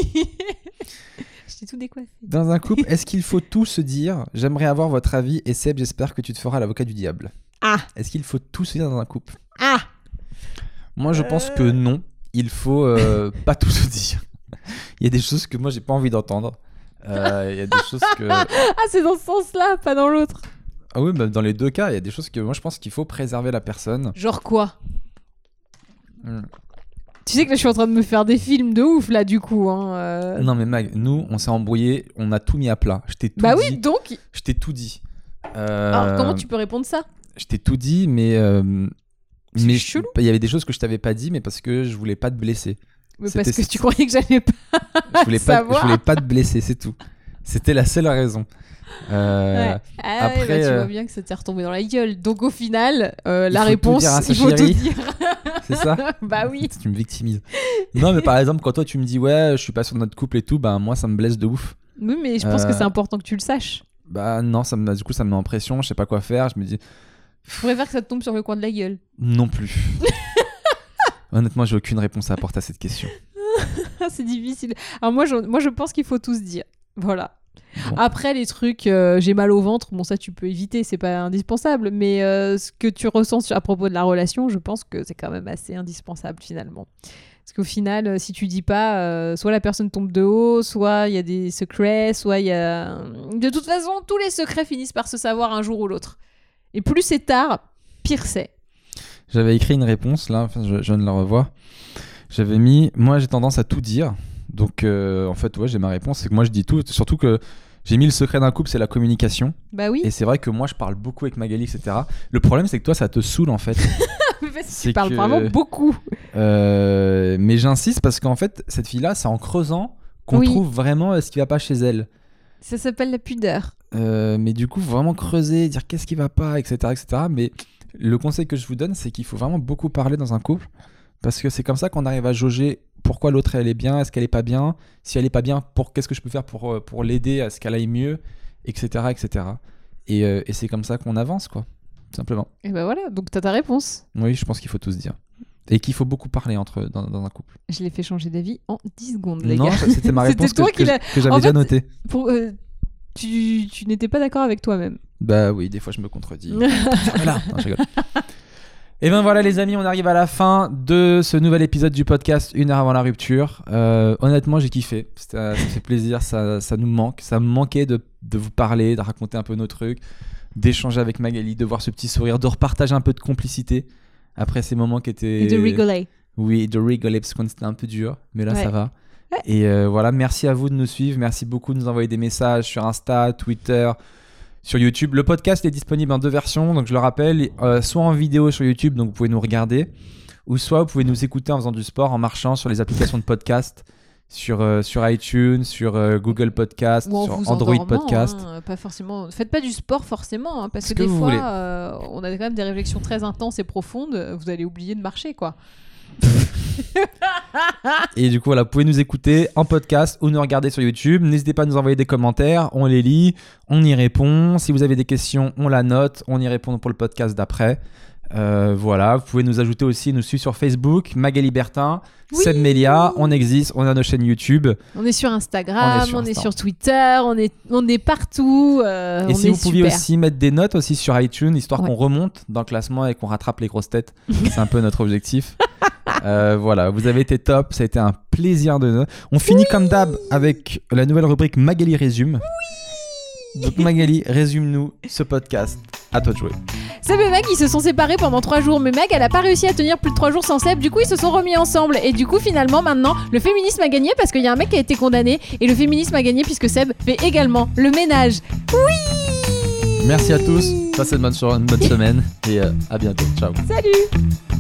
Je t'ai tout décoiffé. Dans un couple, est-ce qu'il faut tout se dire ? J'aimerais avoir votre avis et Seb, j'espère que tu te feras l'avocat du diable. Ah. Est-ce qu'il faut tout se dire dans un couple ? Ah. Moi, je pense que non. Il faut pas tout se dire. Il y a des choses que moi, j'ai pas envie d'entendre. Il y a des choses que... Ah, c'est dans ce sens-là, pas dans l'autre. Ah oui, bah dans les deux cas, il y a des choses que moi, je pense qu'il faut préserver la personne. Genre quoi ? Tu sais que là, je suis en train de me faire des films de ouf, là, du coup. Hein, Non, mais Mag, nous, on s'est embrouillés, on a tout mis à plat. Je t'ai tout Bah dit. oui, donc... Je t'ai tout dit. Alors, comment tu peux répondre ça ? Je t'ai tout dit, mais... C'est mais chelou. il y avait des choses que je t'avais pas dit, mais parce que je voulais pas te blesser. Mais parce C'était- que tu croyais que j'allais pas Je savoir. voulais pas te blesser, c'est tout. C'était la seule raison. Ouais. Ah ouais, après, bah, tu vois bien que ça t'est retombé dans la gueule. Donc au final, la faut tout réponse, dire à sa il faut tout chérie. dire. C'est ça. Bah oui. Tu me victimises. Non, mais par exemple, quand toi tu me dis ouais, je suis pas sûr de notre couple et tout, bah moi ça me blesse de ouf. Oui, mais je pense que c'est important que tu le saches. Bah non, du coup ça me met en pression, je sais pas quoi faire. Je me dis Je préfère que ça te tombe sur le coin de la gueule. non plus. Honnêtement, j'ai aucune réponse à apporter à cette question. C'est difficile. Alors moi, je pense qu'il faut tous dire. Voilà. Bon. Après, les trucs, j'ai mal au ventre, bon ça tu peux éviter, c'est pas indispensable. Mais ce que tu ressens à propos de la relation, je pense que c'est quand même assez indispensable finalement. Parce qu'au final, si tu dis pas, soit la personne tombe de haut, soit il y a des secrets, soit il y a... De toute façon, tous les secrets finissent par se savoir un jour ou l'autre. Et plus c'est tard, pire c'est. J'avais écrit une réponse là, enfin, je viens de la revoir. J'avais mis moi j'ai tendance à tout dire. Donc en fait ouais, j'ai ma réponse, c'est que moi je dis tout, surtout que j'ai mis le secret d'un couple, c'est la communication. Bah oui. Et c'est vrai que moi je parle beaucoup avec Magali, etc. Le problème c'est que toi ça te saoule en fait. Parce que c'est tu parles que- vraiment beaucoup. Mais j'insiste parce qu'en fait cette fille là c'est en creusant qu'on Oui. trouve vraiment ce qui va pas chez elle. Ça s'appelle la pudeur. Mais du coup vraiment creuser, dire qu'est-ce qui va pas, etc. Mais le conseil que je vous donne c'est qu'il faut vraiment beaucoup parler dans un couple. Parce que c'est comme ça qu'on arrive à jauger pourquoi l'autre elle est bien, est-ce qu'elle est pas bien, si elle est pas bien, qu'est-ce que je peux faire pour l'aider à ce qu'elle aille mieux, etc. Et c'est comme ça qu'on avance quoi, tout simplement. Et bah voilà, donc t'as ta réponse. Oui, je pense qu'il faut tout se dire. Et qu'il faut beaucoup parler dans un couple. Je l'ai fait changer d'avis en 10 secondes, les Non, gars. c'était ma C'était réponse toi qui l'as- que j'avais En déjà fait, notée. Tu n'étais pas d'accord avec toi-même. Bah oui, des fois je me contredis. Voilà. Non, je rigole. Et ben voilà les amis, on arrive à la fin de ce nouvel épisode du podcast 1 heure avant la rupture. Honnêtement j'ai kiffé, ça fait plaisir, ça nous manque. Ça me manquait de vous parler, de raconter un peu nos trucs, d'échanger avec Magali, de voir ce petit sourire, de repartager un peu de complicité après ces moments qui étaient... Et de rigoler. Oui, de rigoler parce qu'on c'était un peu dur, mais là Ouais. ça va. Ouais. Et voilà, merci à vous de nous suivre, merci beaucoup de nous envoyer des messages sur Insta, Twitter, sur YouTube. Le podcast est disponible en 2 versions, donc je le rappelle, soit en vidéo sur YouTube, donc vous pouvez nous regarder, ou soit vous pouvez nous écouter en faisant du sport, en marchant sur les applications de podcast, sur iTunes, sur Google Podcast, Ou en sur vous Android endormant, Podcast. hein, pas forcément. Faites pas du sport forcément, hein, parce Ce que que des vous fois, voulez. on a quand même des réflexions très intenses et profondes. Vous allez oublier de marcher, quoi. Et du coup, voilà, vous pouvez nous écouter en podcast ou nous regarder sur YouTube. N'hésitez pas à nous envoyer des commentaires, on les lit, on y répond. Si vous avez des questions, on la note, on y répond pour le podcast d'après. Voilà, vous pouvez nous ajouter aussi, nous suivre sur Facebook, Magali Bertin, Oui. Seb Melia, on existe, on a nos chaînes YouTube. On est sur Instagram, On on est est sur sur Twitter, on est partout. Et si vous pouviez aussi mettre des notes aussi sur iTunes, histoire qu'on remonte dans le classement et qu'on rattrape les grosses têtes, c'est un peu notre objectif. Voilà, vous avez été top, ça a été un plaisir de... On finit comme d'hab avec la nouvelle rubrique Magali résume. Donc Magali, résume-nous ce podcast. À toi de jouer. Seb et Meg, ils se sont séparés pendant 3 jours, mais Meg, elle a pas réussi à tenir plus de 3 jours sans Seb. Du coup, ils se sont remis ensemble. Et du coup, finalement, maintenant, le féminisme a gagné parce qu'il y a un mec qui a été condamné. Et le féminisme a gagné puisque Seb fait également le ménage. Oui. Merci à tous, passez une bonne semaine et à bientôt. Ciao. Salut.